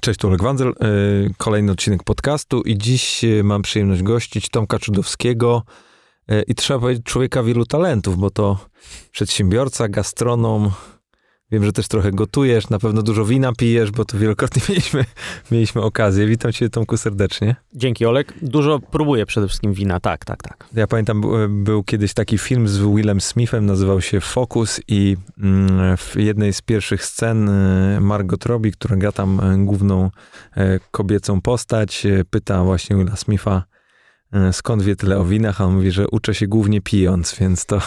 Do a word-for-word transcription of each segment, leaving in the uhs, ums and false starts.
Cześć, tu Olek Wandzel, kolejny odcinek podcastu i dziś mam przyjemność gościć Tomka Czudowskiego i trzeba powiedzieć człowieka wielu talentów, bo to przedsiębiorca, gastronom, wiem, że też trochę gotujesz, na pewno dużo wina pijesz, bo to wielokrotnie mieliśmy, mieliśmy okazję. Witam cię, Tomku, serdecznie. Dzięki, Olek. Dużo próbuję przede wszystkim wina, tak, tak, tak. Ja pamiętam, był kiedyś taki film z Willem Smithem, nazywał się Focus i w jednej z pierwszych scen Margot Robbie, która gra tam główną kobiecą postać, pyta właśnie Willa Smitha, skąd wie tyle o winach, a on mówi, że uczę się głównie pijąc, więc to,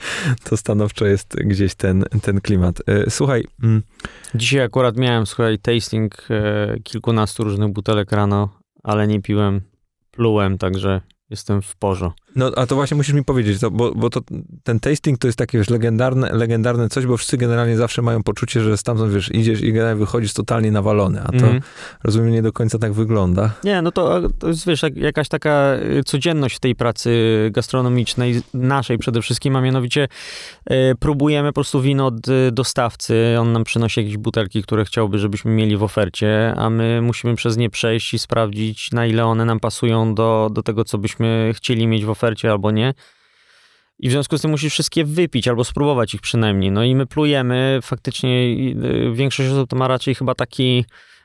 to stanowczo jest gdzieś ten, ten klimat. Słuchaj. Dzisiaj akurat miałem, słuchaj, tasting kilkunastu różnych butelek rano, ale nie piłem, plułem, także jestem w porządku. No, a to właśnie musisz mi powiedzieć, to, bo, bo to, ten tasting to jest takie, wiesz, legendarne, legendarne coś, bo wszyscy generalnie zawsze mają poczucie, że stamtąd, wiesz, idziesz i generalnie wychodzisz totalnie nawalony, a to, mm. rozumiem, nie do końca tak wygląda. Nie, no to, to jest, wiesz, jakaś taka codzienność w tej pracy gastronomicznej, naszej przede wszystkim, a mianowicie e, próbujemy po prostu wino od dostawcy, on nam przynosi jakieś butelki, które chciałby, żebyśmy mieli w ofercie, a my musimy przez nie przejść i sprawdzić, na ile one nam pasują do, do tego, co byśmy chcieli mieć w ofercie, albo nie. I w związku z tym musisz wszystkie wypić, albo spróbować ich przynajmniej. No i my plujemy, faktycznie większość osób to ma raczej chyba taki,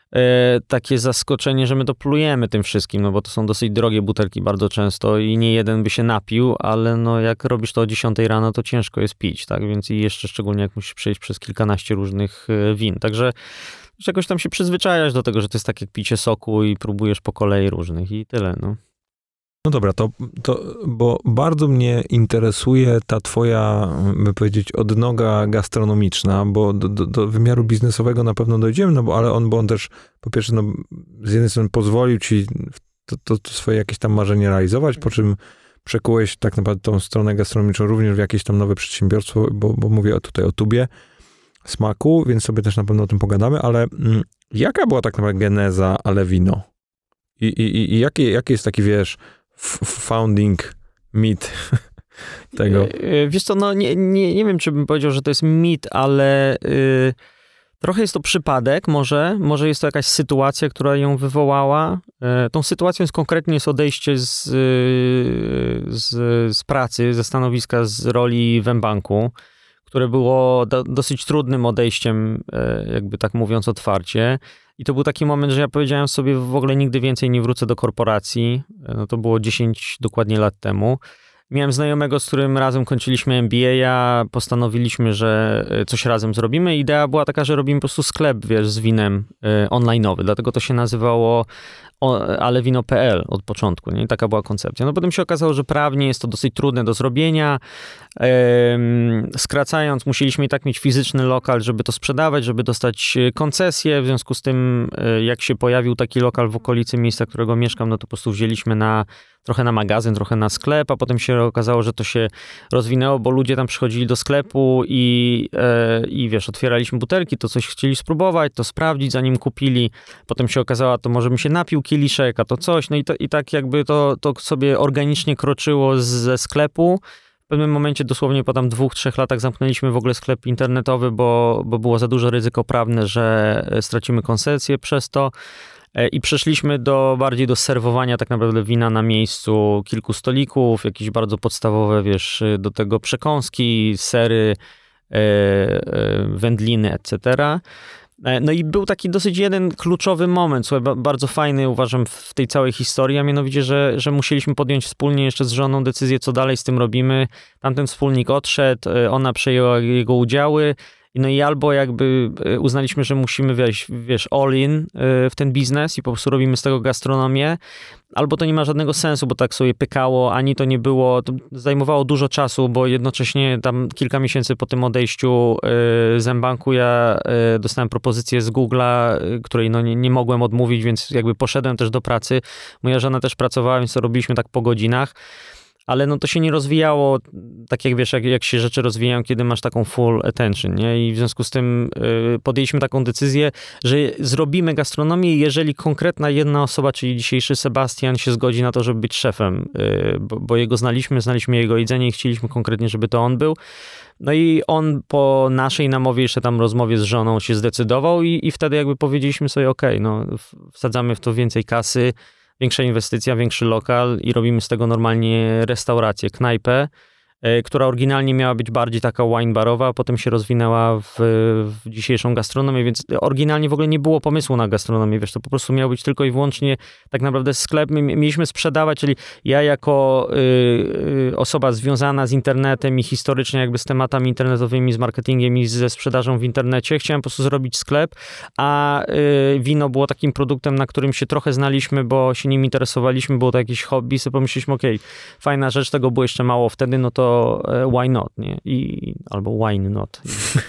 e, takie zaskoczenie, że my to plujemy tym wszystkim, no bo to są dosyć drogie butelki bardzo często i nie jeden by się napił, ale no jak robisz to o dziesiątej rano, to ciężko jest pić, tak? Więc i jeszcze szczególnie jak musisz przejść przez kilkanaście różnych win. Także jakoś tam się przyzwyczajasz do tego, że to jest tak jak picie soku i próbujesz po kolei różnych i tyle, no. No dobra, to, to, bo bardzo mnie interesuje ta twoja, by powiedzieć, odnoga gastronomiczna, bo do, do, do wymiaru biznesowego na pewno dojdziemy, no bo, ale on, bo on też, po pierwsze, no, z jednej strony pozwolił ci to, to, to swoje jakieś tam marzenie realizować, po czym przekułeś tak naprawdę tą stronę gastronomiczną również w jakieś tam nowe przedsiębiorstwo, bo, bo mówię tutaj o Tubie Smaku, więc sobie też na pewno o tym pogadamy, ale mm, jaka była tak naprawdę geneza Alevino? I, i, i jaki, jaki jest taki, wiesz, founding mit tego? Wiesz co, no nie, nie, nie wiem, czy bym powiedział, że to jest mit, ale y, trochę jest to przypadek może, może jest to jakaś sytuacja, która ją wywołała. Y, tą sytuacją jest konkretnie jest odejście z, y, z, z pracy, ze stanowiska, z roli w mBanku, które było do, dosyć trudnym odejściem, y, jakby tak mówiąc otwarcie. I to był taki moment, że ja powiedziałem sobie, w ogóle nigdy więcej nie wrócę do korporacji. No to było dziesięć dokładnie lat temu. Miałem znajomego, z którym razem kończyliśmy M B A, postanowiliśmy, że coś razem zrobimy. Idea była taka, że robimy po prostu sklep, wiesz, z winem y, online'owy. Dlatego to się nazywało alevino kropka p l od początku, nie? I taka była koncepcja. No potem się okazało, że prawnie jest to dosyć trudne do zrobienia. Ehm, skracając, musieliśmy i tak mieć fizyczny lokal, żeby to sprzedawać, żeby dostać koncesję. W związku z tym, jak się pojawił taki lokal w okolicy miejsca, którego mieszkam, no to po prostu wzięliśmy na trochę na magazyn, trochę na sklep, a potem się okazało, że to się rozwinęło, bo ludzie tam przychodzili do sklepu i, e, i wiesz, otwieraliśmy butelki, to coś chcieli spróbować, to sprawdzić, zanim kupili. Potem się okazało, to może bym się napił kieliszek, a to coś. No i, to, i tak jakby to, to sobie organicznie kroczyło ze sklepu. W pewnym momencie, dosłownie po tam dwóch, trzech latach zamknęliśmy w ogóle sklep internetowy, bo, bo było za duże ryzyko prawne, że stracimy koncesję przez to. I przeszliśmy do, bardziej do serwowania tak naprawdę wina na miejscu, kilku stolików, jakieś bardzo podstawowe, wiesz, do tego przekąski, sery, e, e, wędliny, et cetera. No i był taki dosyć jeden kluczowy moment, słuchaj, bardzo fajny uważam w tej całej historii, a mianowicie, że, że musieliśmy podjąć wspólnie jeszcze z żoną decyzję, co dalej z tym robimy. Tamten wspólnik odszedł, ona przejęła jego udziały. No i albo jakby uznaliśmy, że musimy wejść, wiesz, all in w ten biznes i po prostu robimy z tego gastronomię, albo to nie ma żadnego sensu, bo tak sobie pykało, ani to nie było, to zajmowało dużo czasu, bo jednocześnie tam kilka miesięcy po tym odejściu z mBanku ja dostałem propozycję z Google'a, której no nie, nie mogłem odmówić, więc jakby poszedłem też do pracy. Moja żona też pracowała, więc to robiliśmy tak po godzinach. ale no to się nie rozwijało tak jak wiesz, jak, jak się rzeczy rozwijają, kiedy masz taką full attention, nie? I w związku z tym y, podjęliśmy taką decyzję, że zrobimy gastronomię, jeżeli konkretna jedna osoba, czyli dzisiejszy Sebastian się zgodzi na to, żeby być szefem, y, bo, bo jego znaliśmy, znaliśmy jego jedzenie i chcieliśmy konkretnie, żeby to on był. No i on po naszej namowie, jeszcze tam rozmowie z żoną się zdecydował i, i wtedy jakby powiedzieliśmy sobie, okej, okay, no wsadzamy w to więcej kasy, większa inwestycja, większy lokal i robimy z tego normalnie restaurację, knajpę, która oryginalnie miała być bardziej taka wine barowa, a potem się rozwinęła w, w dzisiejszą gastronomię, więc oryginalnie w ogóle nie było pomysłu na gastronomię, wiesz, to po prostu miał być tylko i wyłącznie tak naprawdę sklep. My mieliśmy sprzedawać, czyli ja jako y, y, osoba związana z internetem i historycznie jakby z tematami internetowymi, z marketingiem i ze sprzedażą w internecie, chciałem po prostu zrobić sklep, a y, wino było takim produktem, na którym się trochę znaliśmy, bo się nim interesowaliśmy, było to jakieś hobby, sobie pomyśleliśmy, okej, okay, fajna rzecz, tego było jeszcze mało wtedy, no to why not, nie? I, albo wine not.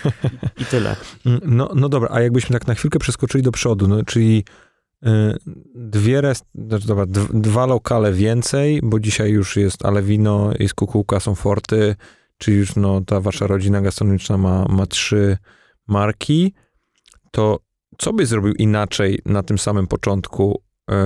I, i tyle. No, no dobra, a jakbyśmy tak na chwilkę przeskoczyli do przodu, no, czyli y, dwie rest, znaczy dobra, d- dwa lokale więcej, bo dzisiaj już jest Alewino, jest Kukułka, są Forty, czyli już no, ta wasza rodzina gastronomiczna ma, ma trzy marki, to co byś zrobił inaczej na tym samym początku,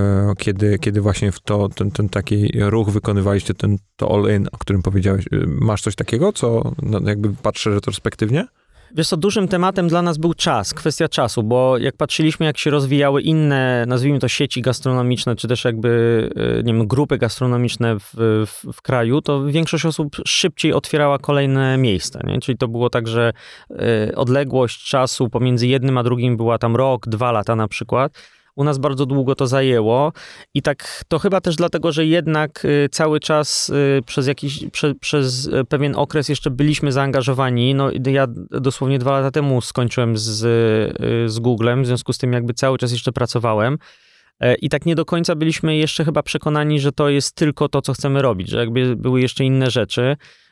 Kiedy, kiedy właśnie w to, ten, ten taki ruch wykonywaliście, ten, to all-in, o którym powiedziałeś. Masz coś takiego, co no, jakby patrzę retrospektywnie? Wiesz co, dużym tematem dla nas był czas, kwestia czasu, bo jak patrzyliśmy, jak się rozwijały inne, nazwijmy to sieci gastronomiczne, czy też jakby, nie wiem, grupy gastronomiczne w, w, w kraju, to większość osób szybciej otwierała kolejne miejsca, nie? Czyli to było tak, że y, odległość czasu pomiędzy jednym a drugim była tam rok, dwa lata na przykład. U nas bardzo długo to zajęło i tak to chyba też dlatego, że jednak y, cały czas y, przez jakiś, prze, przez pewien okres jeszcze byliśmy zaangażowani. No ja dosłownie dwa lata temu skończyłem z, y, z Googlem, w związku z tym jakby cały czas jeszcze pracowałem. Y, I tak nie do końca byliśmy jeszcze chyba przekonani, że to jest tylko to, co chcemy robić, że jakby były jeszcze inne rzeczy.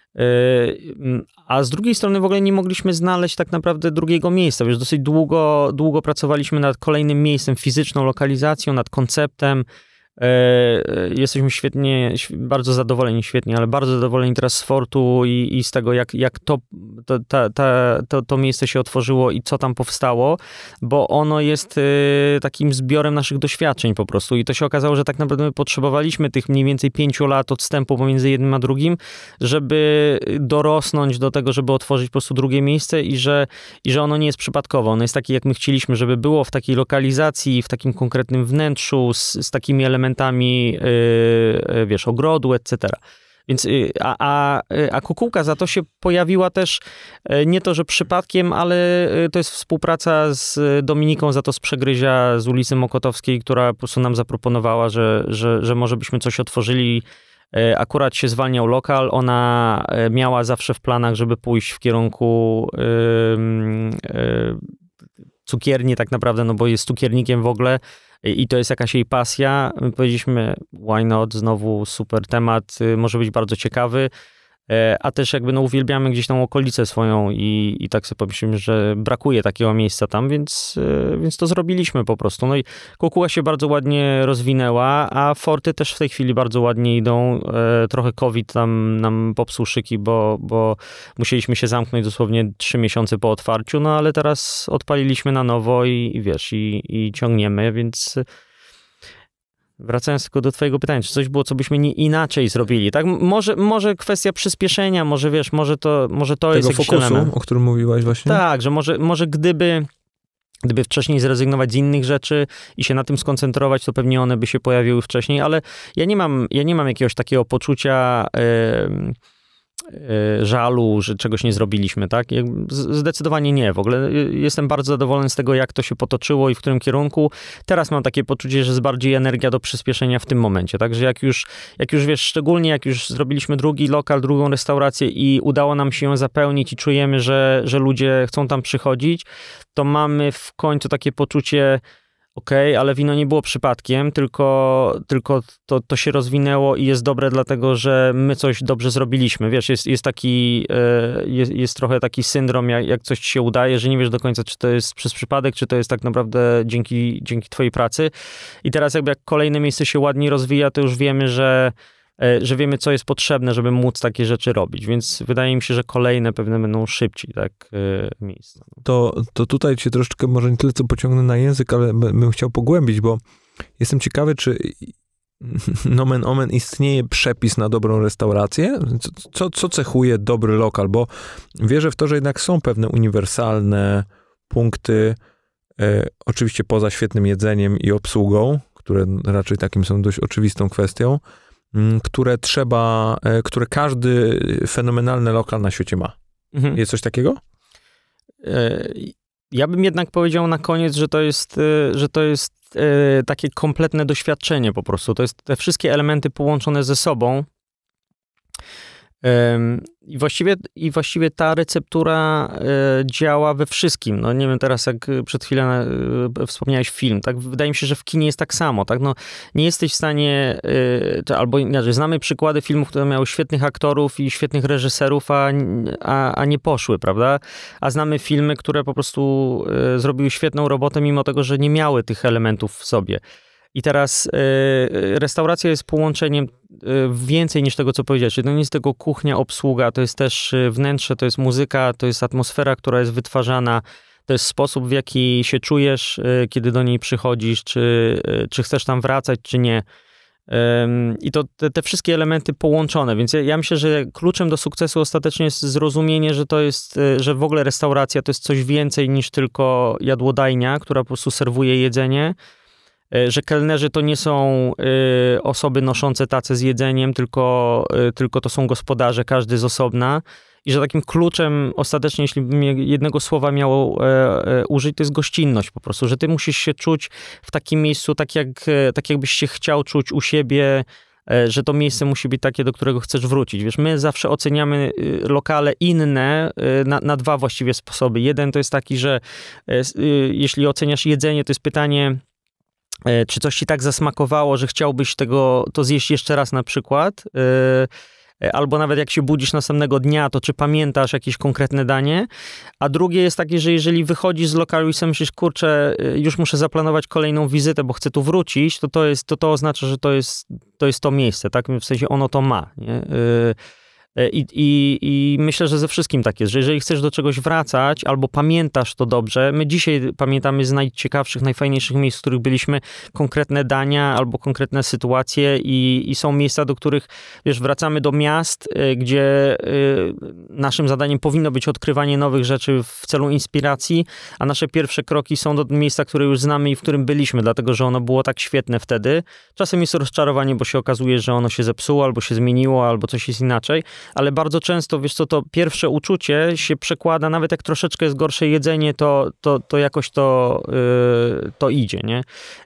A z drugiej strony w ogóle nie mogliśmy znaleźć tak naprawdę drugiego miejsca. Wiesz, dosyć długo, długo pracowaliśmy nad kolejnym miejscem, fizyczną lokalizacją, nad konceptem. Jesteśmy świetnie, bardzo zadowoleni, świetnie, ale bardzo zadowoleni teraz z Fortu i, i z tego, jak, jak to, to, ta, ta, to, to miejsce się otworzyło i co tam powstało, bo ono jest takim zbiorem naszych doświadczeń po prostu i to się okazało, że tak naprawdę my potrzebowaliśmy tych mniej więcej pięciu lat odstępu pomiędzy jednym a drugim, żeby dorosnąć do tego, żeby otworzyć po prostu drugie miejsce i że, i że ono nie jest przypadkowe, ono jest takie, jak my chcieliśmy, żeby było w takiej lokalizacji, w takim konkretnym wnętrzu, z, z takimi elementami elementami, yy, wiesz, ogrodu, et cetera. Więc, yy, a, a, a Kukułka za to się pojawiła też yy, nie to, że przypadkiem, ale yy, to jest współpraca z Dominiką za to z Przegryzia z ulicy Mokotowskiej, która po prostu nam zaproponowała, że, że, że może byśmy coś otworzyli. Yy, akurat się zwalniał lokal, ona yy, miała zawsze w planach, żeby pójść w kierunku yy, yy, cukierni tak naprawdę, no bo jest cukiernikiem w ogóle i to jest jakaś jej pasja. My powiedzieliśmy, why not, znowu super temat, może być bardzo ciekawy, a też jakby no uwielbiamy gdzieś tą okolicę swoją i, i tak sobie pomyślimy, że brakuje takiego miejsca tam, więc, więc to zrobiliśmy po prostu. No i Kukuła się bardzo ładnie rozwinęła, a Forty też w tej chwili bardzo ładnie idą. Trochę COVID tam nam popsuł szyki, bo, bo musieliśmy się zamknąć dosłownie trzy miesiące po otwarciu, no ale teraz odpaliliśmy na nowo i, i wiesz, i, i ciągniemy, więc... Wracając tylko do twojego pytania, czy coś było, co byśmy nie inaczej zrobili, tak? Może, może kwestia przyspieszenia, może wiesz, może to, może to jest jakiś fokusu, element. O którym mówiłaś właśnie? Tak, że może, może gdyby, gdyby wcześniej zrezygnować z innych rzeczy i się na tym skoncentrować, to pewnie one by się pojawiły wcześniej, ale ja nie mam, ja nie mam jakiegoś takiego poczucia yy, yy, żalu, że czegoś nie zrobiliśmy, tak? Zdecydowanie nie. W ogóle jestem bardzo zadowolony z tego, jak to się potoczyło i w którym kierunku. Teraz mam takie poczucie, że jest bardziej energia do przyspieszenia w tym momencie, tak? Że jak już, jak już wiesz, szczególnie jak już zrobiliśmy drugi lokal, drugą restaurację i udało nam się ją zapełnić i czujemy, że, że ludzie chcą tam przychodzić, to mamy w końcu takie poczucie, okej, okay, ale wino nie było przypadkiem, tylko, tylko to, to się rozwinęło i jest dobre dlatego, że my coś dobrze zrobiliśmy. Wiesz, jest, jest taki, jest, jest trochę taki syndrom, jak, jak coś ci się udaje, że nie wiesz do końca, czy to jest przez przypadek, czy to jest tak naprawdę dzięki, dzięki twojej pracy. I teraz jakby jak kolejne miejsce się ładniej rozwija, to już wiemy, że że wiemy, co jest potrzebne, żeby móc takie rzeczy robić, więc wydaje mi się, że kolejne pewne będą szybciej, tak, miejsca. To, to tutaj cię troszeczkę może nie tyle co pociągnę na język, ale bym chciał pogłębić, bo jestem ciekawy, czy nomen omen istnieje przepis na dobrą restaurację? Co, co cechuje dobry lokal? Bo wierzę w to, że jednak są pewne uniwersalne punkty, e, oczywiście poza świetnym jedzeniem i obsługą, które raczej takim są dość oczywistą kwestią, m, które trzeba, e, które każdy fenomenalny lokal na świecie ma. Mhm. Jest coś takiego? E, ja bym jednak powiedział na koniec, że to jest, że to jest takie kompletne doświadczenie po prostu. To jest te wszystkie elementy połączone ze sobą. I właściwie, i właściwie ta receptura działa we wszystkim. No nie wiem, teraz jak przed chwilą wspomniałeś film, tak? Wydaje mi się, że w kinie jest tak samo, tak? No nie jesteś w stanie, albo inaczej, znamy przykłady filmów, które miały świetnych aktorów i świetnych reżyserów, a, a, a nie poszły, prawda? A znamy filmy, które po prostu zrobiły świetną robotę, mimo tego, że nie miały tych elementów w sobie. I teraz y, restauracja jest połączeniem y, więcej niż tego, co powiedziałeś. To nie jest tylko kuchnia, obsługa, to jest też wnętrze, to jest muzyka, to jest atmosfera, która jest wytwarzana, to jest sposób, w jaki się czujesz, y, kiedy do niej przychodzisz, czy, y, czy chcesz tam wracać, czy nie. Ym, I to te, te wszystkie elementy połączone, więc ja, ja myślę, że kluczem do sukcesu ostatecznie jest zrozumienie, że to jest, y, że w ogóle restauracja to jest coś więcej niż tylko jadłodajnia, która po prostu serwuje jedzenie, że kelnerzy to nie są y, osoby noszące tacę z jedzeniem, tylko, y, tylko to są gospodarze, każdy z osobna. I że takim kluczem ostatecznie, jeśli bym jednego słowa miał e, e, użyć, to jest gościnność po prostu, że ty musisz się czuć w takim miejscu, tak, jak, tak jakbyś się chciał czuć u siebie, e, że to miejsce musi być takie, do którego chcesz wrócić. Wiesz, my zawsze oceniamy y, lokale inne y, na, na dwa właściwie sposoby. Jeden to jest taki, że y, jeśli oceniasz jedzenie, to jest pytanie, czy coś ci tak zasmakowało, że chciałbyś tego, to zjeść jeszcze raz na przykład, yy, albo nawet jak się budzisz następnego dnia, to czy pamiętasz jakieś konkretne danie, a drugie jest takie, że jeżeli wychodzisz z lokalu i sobie myślisz, kurczę, już muszę zaplanować kolejną wizytę, bo chcę tu wrócić, to to, jest, to, to oznacza, że to jest, to jest to miejsce, tak? W sensie ono to ma, nie? Yy, I, i, I myślę, że ze wszystkim tak jest, że jeżeli chcesz do czegoś wracać, albo pamiętasz to dobrze, my dzisiaj pamiętamy z najciekawszych, najfajniejszych miejsc, w których byliśmy, konkretne dania albo konkretne sytuacje i, i są miejsca, do których, wiesz, wracamy do miast, y, gdzie y, naszym zadaniem powinno być odkrywanie nowych rzeczy w celu inspiracji, a nasze pierwsze kroki są do miejsca, które już znamy i w którym byliśmy, dlatego, że ono było tak świetne wtedy. Czasem jest rozczarowanie, bo się okazuje, że ono się zepsuło, albo się zmieniło, albo coś jest inaczej, ale bardzo często, wiesz co, to pierwsze uczucie się przekłada, nawet jak troszeczkę jest gorsze jedzenie, to, to, to jakoś to, yy, to idzie, nie?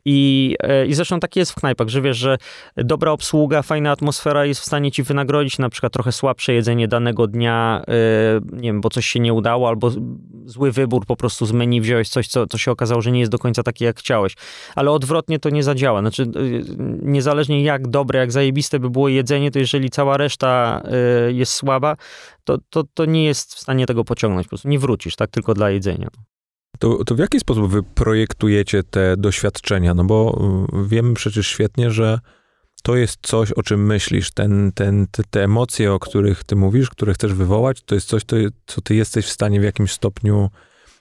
I, yy, I zresztą tak jest w knajpach, że wiesz, że dobra obsługa, fajna atmosfera jest w stanie ci wynagrodzić na przykład trochę słabsze jedzenie danego dnia, yy, nie wiem, bo coś się nie udało, albo zły wybór, po prostu z menu wziąłeś coś, co, co się okazało, że nie jest do końca takie, jak chciałeś. Ale odwrotnie to nie zadziała. Znaczy, yy, niezależnie jak dobre, jak zajebiste by było jedzenie, to jeżeli cała reszta yy, jest słaba, to, to, to nie jest w stanie tego pociągnąć. Po prostu nie wrócisz, tak? Tylko dla jedzenia. To, to w jaki sposób wy projektujecie te doświadczenia? No bo wiemy przecież świetnie, że to jest coś, o czym myślisz. Ten, ten, te, te emocje, o których ty mówisz, które chcesz wywołać, to jest coś, to, co ty jesteś w stanie w jakimś stopniu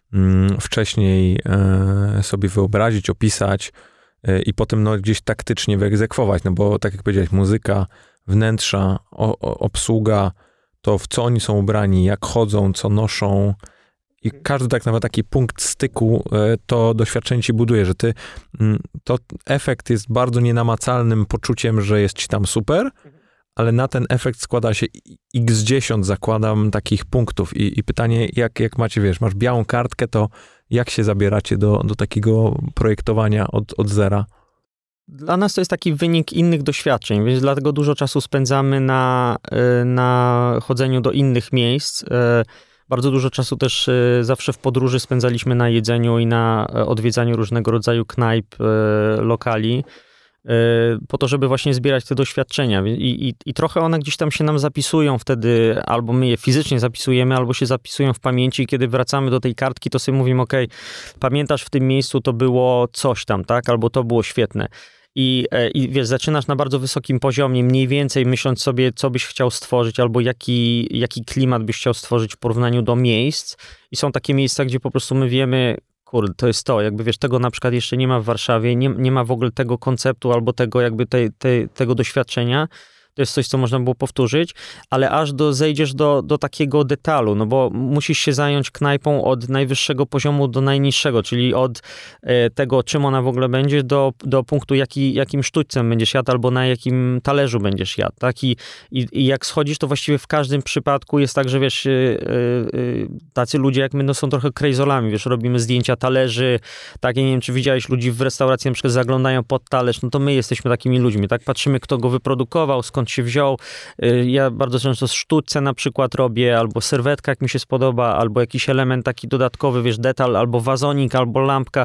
mm, wcześniej e, sobie wyobrazić, opisać e, i potem no, gdzieś taktycznie wyegzekwować. No bo tak jak powiedziałeś, muzyka, wnętrza, o, o, obsługa, to w co oni są ubrani, jak chodzą, co noszą i każdy tak nawet taki punkt styku to doświadczenie ci buduje, że ty, to efekt jest bardzo nienamacalnym poczuciem, że jest ci tam super, ale na ten efekt składa się iks dziesięć, zakładam, takich punktów i, i pytanie, jak, jak macie, wiesz, masz białą kartkę, to jak się zabieracie do, do takiego projektowania od, od zera? Dla nas to jest taki wynik innych doświadczeń, więc dlatego dużo czasu spędzamy na, na chodzeniu do innych miejsc. Bardzo dużo czasu też zawsze w podróży spędzaliśmy na jedzeniu i na odwiedzaniu różnego rodzaju knajp, lokali, po to, żeby właśnie zbierać te doświadczenia. I, i, i trochę one gdzieś tam się nam zapisują wtedy, albo my je fizycznie zapisujemy, albo się zapisują w pamięci i kiedy wracamy do tej kartki, to sobie mówimy, okej, pamiętasz w tym miejscu to było coś tam, tak? Albo to było świetne. I, i wiesz, zaczynasz na bardzo wysokim poziomie, mniej więcej myśląc sobie, co byś chciał stworzyć, albo jaki, jaki klimat byś chciał stworzyć w porównaniu do miejsc. I są takie miejsca, gdzie po prostu my wiemy, kurde, to jest to, jakby wiesz, tego na przykład jeszcze nie ma w Warszawie, nie, nie ma w ogóle tego konceptu, albo tego jakby tej, tej, tego doświadczenia. To jest coś, co można było powtórzyć, ale aż do, zejdziesz do, do takiego detalu, no bo musisz się zająć knajpą od najwyższego poziomu do najniższego, czyli od e, tego, czym ona w ogóle będzie, do, do punktu, jaki, jakim sztućcem będziesz jadł, albo na jakim talerzu będziesz jadł, tak? I, i, i jak schodzisz, to właściwie w każdym przypadku jest tak, że wiesz, e, e, tacy ludzie jak my, no są trochę krejzolami, wiesz, robimy zdjęcia talerzy, tak, ja nie wiem, czy widziałeś ludzi w restauracji, na przykład zaglądają pod talerz, no to my jesteśmy takimi ludźmi, tak? Patrzymy, kto go wyprodukował, skąd się wziął. Ja bardzo często sztućce na przykład robię, albo serwetka, jak mi się spodoba, albo jakiś element taki dodatkowy, wiesz, detal, albo wazonik, albo lampka.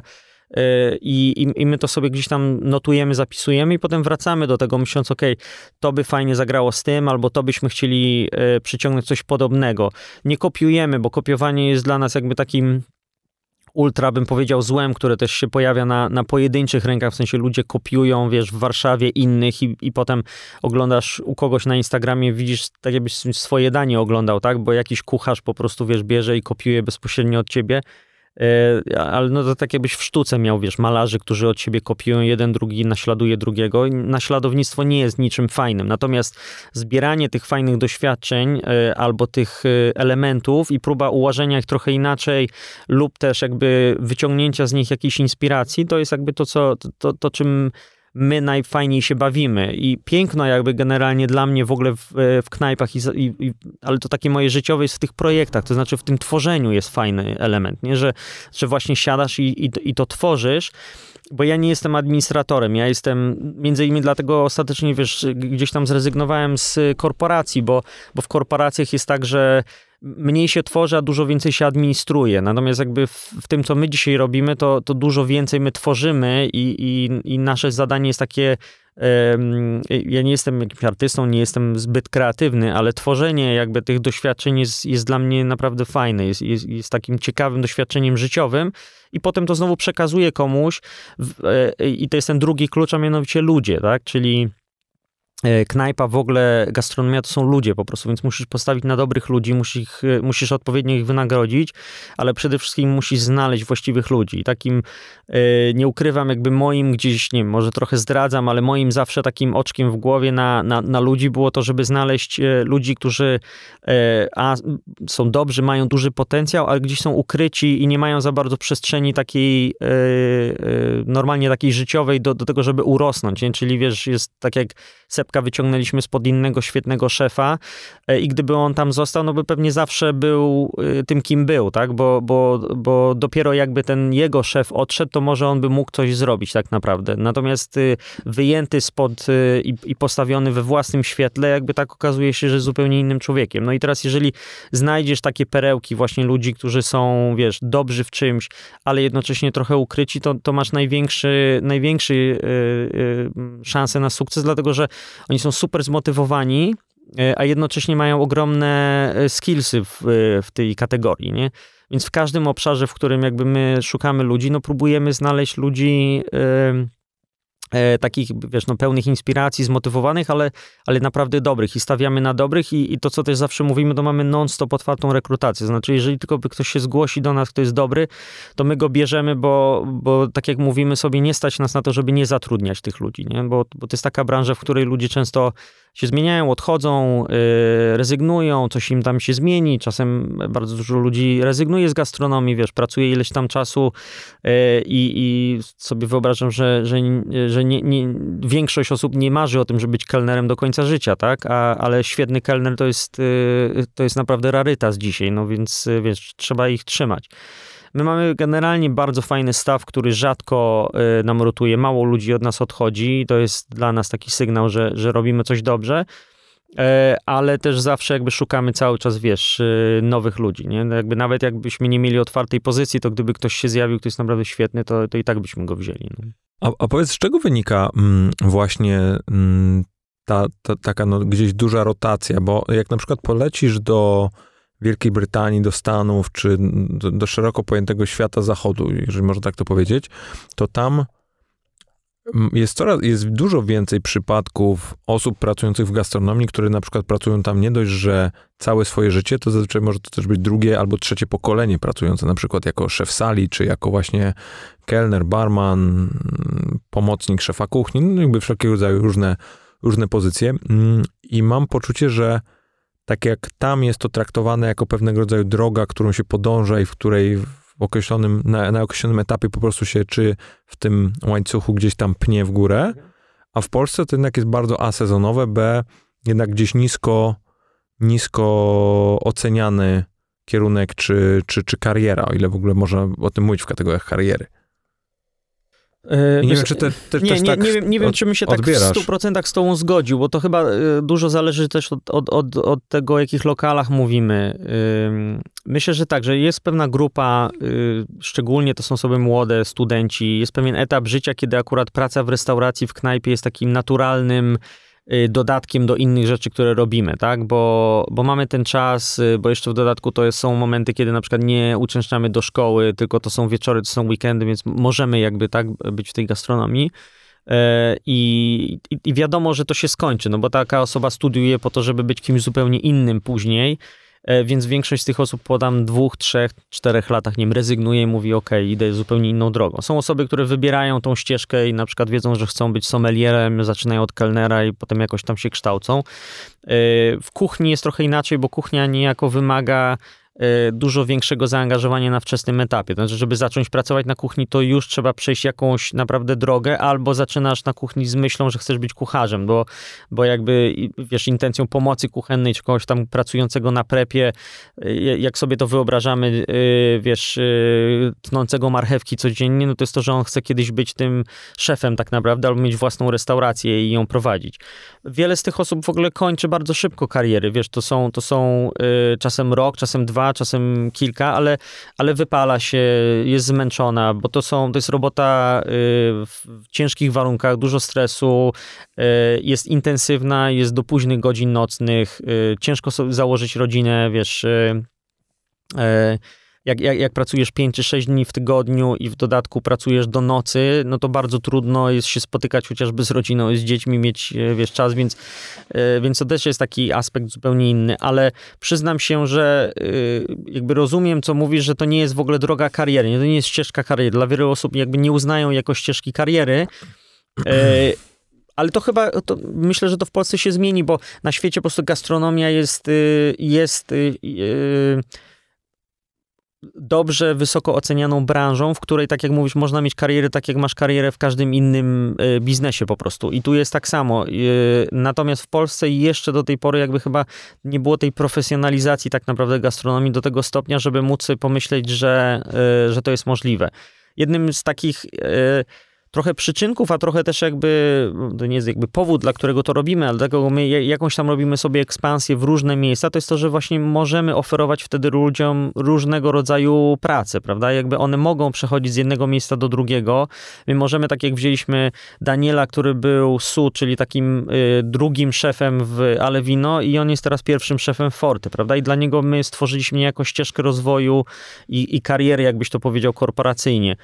I, i, i my to sobie gdzieś tam notujemy, zapisujemy i potem wracamy do tego, myśląc, okej, okay, to by fajnie zagrało z tym, albo to byśmy chcieli przyciągnąć coś podobnego. Nie kopiujemy, bo kopiowanie jest dla nas jakby takim ultra, bym powiedział, złem, które też się pojawia na, na pojedynczych rękach, w sensie ludzie kopiują, wiesz, w Warszawie innych i, i potem oglądasz u kogoś na Instagramie, widzisz, tak jakbyś swoje danie oglądał, tak, bo jakiś kucharz po prostu, wiesz, bierze i kopiuje bezpośrednio od ciebie, yy, ale no to tak jakbyś w sztuce miał, wiesz, malarzy, którzy od siebie kopiują, jeden drugi naśladuje drugiego. Naśladownictwo nie jest niczym fajnym, natomiast zbieranie tych fajnych doświadczeń yy, albo tych yy, elementów i próba ułożenia ich trochę inaczej lub też jakby wyciągnięcia z nich jakiejś inspiracji, to jest jakby to, co, to, to, to czym my najfajniej się bawimy. I piękno jakby generalnie dla mnie w ogóle w, w knajpach, i, i, ale to takie moje życiowe jest w tych projektach, to znaczy w tym tworzeniu jest fajny element, nie? Że, że właśnie siadasz i, i, i to tworzysz, bo ja nie jestem administratorem, ja jestem, między innymi dlatego ostatecznie, wiesz, gdzieś tam zrezygnowałem z korporacji, bo, bo w korporacjach jest tak, że mniej się tworzy, a dużo więcej się administruje. Natomiast jakby w, w tym, co my dzisiaj robimy, to, to dużo więcej my tworzymy i, i, i nasze zadanie jest takie, um, ja nie jestem jakimś artystą, nie jestem zbyt kreatywny, ale tworzenie jakby tych doświadczeń jest, jest dla mnie naprawdę fajne, jest, jest, jest takim ciekawym doświadczeniem życiowym i potem to znowu przekazuję komuś w, e, i to jest ten drugi klucz, a mianowicie ludzie, tak, czyli knajpa, w ogóle gastronomia to są ludzie po prostu, więc musisz postawić na dobrych ludzi, musisz, musisz odpowiednio ich wynagrodzić, ale przede wszystkim musisz znaleźć właściwych ludzi. I takim, nie ukrywam, jakby moim gdzieś, nie wiem, może trochę zdradzam, ale moim zawsze takim oczkiem w głowie na, na, na ludzi było to, żeby znaleźć ludzi, którzy a, są dobrzy, mają duży potencjał, ale gdzieś są ukryci i nie mają za bardzo przestrzeni takiej, normalnie takiej życiowej do, do tego, żeby urosnąć, nie? Czyli wiesz, jest tak jak Sepka wyciągnęliśmy spod innego świetnego szefa i gdyby on tam został, no by pewnie zawsze był tym, kim był, tak? Bo, bo, bo dopiero jakby ten jego szef odszedł, to może on by mógł coś zrobić tak naprawdę. Natomiast wyjęty spod i, i postawiony we własnym świetle, jakby tak okazuje się, że jest zupełnie innym człowiekiem. No i teraz jeżeli znajdziesz takie perełki właśnie ludzi, którzy są, wiesz, dobrzy w czymś, ale jednocześnie trochę ukryci, to, to masz największy, największy yy, yy, szansę na sukces, dlatego że oni są super zmotywowani, a jednocześnie mają ogromne skillsy w, w tej kategorii, nie? Więc w każdym obszarze, w którym jakby my szukamy ludzi, no próbujemy znaleźć ludzi yy, yy, takich, wiesz, no pełnych inspiracji, zmotywowanych, ale, ale naprawdę dobrych i stawiamy na dobrych i, i to, co też zawsze mówimy, to mamy non-stop otwartą rekrutację. Znaczy, jeżeli tylko by ktoś się zgłosi do nas, kto jest dobry, to my go bierzemy, bo, bo tak jak mówimy sobie, nie stać nas na to, żeby nie zatrudniać tych ludzi, nie? Bo, bo to jest taka branża, w której ludzie często się zmieniają, odchodzą, yy, rezygnują, coś im tam się zmieni. Czasem bardzo dużo ludzi rezygnuje z gastronomii, wiesz, pracuje ileś tam czasu yy, i sobie wyobrażam, że, że, że nie, nie, większość osób nie marzy o tym, żeby być kelnerem do końca życia, tak? A, ale świetny kelner to jest, yy, to jest naprawdę rarytas dzisiaj, no więc yy, wiesz, trzeba ich trzymać. My mamy generalnie bardzo fajny staw, który rzadko y, nam rotuje, mało ludzi od nas odchodzi. To jest dla nas taki sygnał, że, że robimy coś dobrze, y, ale też zawsze jakby szukamy cały czas, wiesz, y, nowych ludzi, nie? Jakby nawet jakbyśmy nie mieli otwartej pozycji, to gdyby ktoś się zjawił, kto jest naprawdę świetny, to, to i tak byśmy go wzięli. No. A, a powiedz, z czego wynika mm, właśnie mm, ta, ta taka no, gdzieś duża rotacja? Bo jak na przykład polecisz do Wielkiej Brytanii, do Stanów, czy do, do szeroko pojętego świata zachodu, jeżeli można tak to powiedzieć, to tam jest coraz, jest dużo więcej przypadków osób pracujących w gastronomii, które na przykład pracują tam nie dość, że całe swoje życie, to zazwyczaj może to też być drugie albo trzecie pokolenie pracujące, na przykład jako szef sali, czy jako właśnie kelner, barman, pomocnik szefa kuchni, no jakby wszelkiego rodzaju różne, różne pozycje. I mam poczucie, że tak jak tam jest to traktowane jako pewnego rodzaju droga, którą się podąża i w której w określonym, na, na określonym etapie po prostu się czy w tym łańcuchu gdzieś tam pnie w górę, a w Polsce to jednak jest bardzo A sezonowe, B jednak gdzieś nisko, nisko oceniany kierunek czy, czy, czy kariera, o ile w ogóle można o tym mówić w kategoriach kariery. I nie wiem, czy te, te, nie, też nie, tak nie wiem, nie wiem od, czy bym się odbierasz. tak w stu procentach z tobą zgodził, bo to chyba dużo zależy też od, od, od, od tego, o jakich lokalach mówimy. Myślę, że tak, że jest pewna grupa, szczególnie to są osoby młode, studenci, jest pewien etap życia, kiedy akurat praca w restauracji, w knajpie jest takim naturalnym dodatkiem do innych rzeczy, które robimy, tak? Bo, bo mamy ten czas, bo jeszcze w dodatku to są momenty, kiedy na przykład nie uczęszczamy do szkoły, tylko to są wieczory, to są weekendy, więc możemy jakby tak być w tej gastronomii. I, i, i wiadomo, że to się skończy, no bo taka osoba studiuje po to, żeby być kimś zupełnie innym później, więc większość z tych osób po tam dwóch, trzech, czterech latach, nie wiem, rezygnuje i mówi, okej, okay, idę zupełnie inną drogą. Są osoby, które wybierają tą ścieżkę i na przykład wiedzą, że chcą być sommelierem, zaczynają od kelnera i potem jakoś tam się kształcą. W kuchni jest trochę inaczej, bo kuchnia niejako wymaga dużo większego zaangażowania na wczesnym etapie. To znaczy, żeby zacząć pracować na kuchni, to już trzeba przejść jakąś naprawdę drogę, albo zaczynasz na kuchni z myślą, że chcesz być kucharzem, bo, bo jakby, wiesz, intencją pomocy kuchennej, czy kogoś tam pracującego na prepie, jak sobie to wyobrażamy, wiesz, tnącego marchewki codziennie, no to jest to, że on chce kiedyś być tym szefem tak naprawdę, albo mieć własną restaurację i ją prowadzić. Wiele z tych osób w ogóle kończy bardzo szybko kariery, wiesz, to są, to są czasem rok, czasem dwa, czasem kilka, ale, ale wypala się, jest zmęczona, bo to są, to jest robota y, w ciężkich warunkach, dużo stresu, y, jest intensywna, jest do późnych godzin nocnych, y, ciężko sobie założyć rodzinę, wiesz, y, y, Jak, jak, jak pracujesz pięć czy sześć dni w tygodniu i w dodatku pracujesz do nocy, no to bardzo trudno jest się spotykać chociażby z rodziną i z dziećmi, mieć, wiesz, czas, więc, więc to też jest taki aspekt zupełnie inny, ale przyznam się, że jakby rozumiem, co mówisz, że to nie jest w ogóle droga kariery, to nie jest ścieżka kariery. Dla wielu osób jakby nie uznają jako ścieżki kariery, ale to chyba, to myślę, że to w Polsce się zmieni, bo na świecie po prostu gastronomia jest, jest dobrze, wysoko ocenianą branżą, w której, tak jak mówisz, można mieć karierę tak, jak masz karierę w każdym innym y, biznesie po prostu. I tu jest tak samo. Y, natomiast w Polsce jeszcze do tej pory jakby chyba nie było tej profesjonalizacji tak naprawdę gastronomii do tego stopnia, żeby móc sobie pomyśleć, że, y, że to jest możliwe. Jednym z takich y, trochę przyczynków, a trochę też jakby, to nie jest jakby powód, dla którego to robimy, ale dlatego my jakąś tam robimy sobie ekspansję w różne miejsca, to jest to, że właśnie możemy oferować wtedy ludziom różnego rodzaju pracę, prawda? Jakby one mogą przechodzić z jednego miejsca do drugiego. My możemy, tak jak wzięliśmy Daniela, który był Su, czyli takim y, drugim szefem w Ale Vino i on jest teraz pierwszym szefem w Forte, prawda? I dla niego my stworzyliśmy niejako ścieżkę rozwoju i, i kariery, jakbyś to powiedział, korporacyjnie.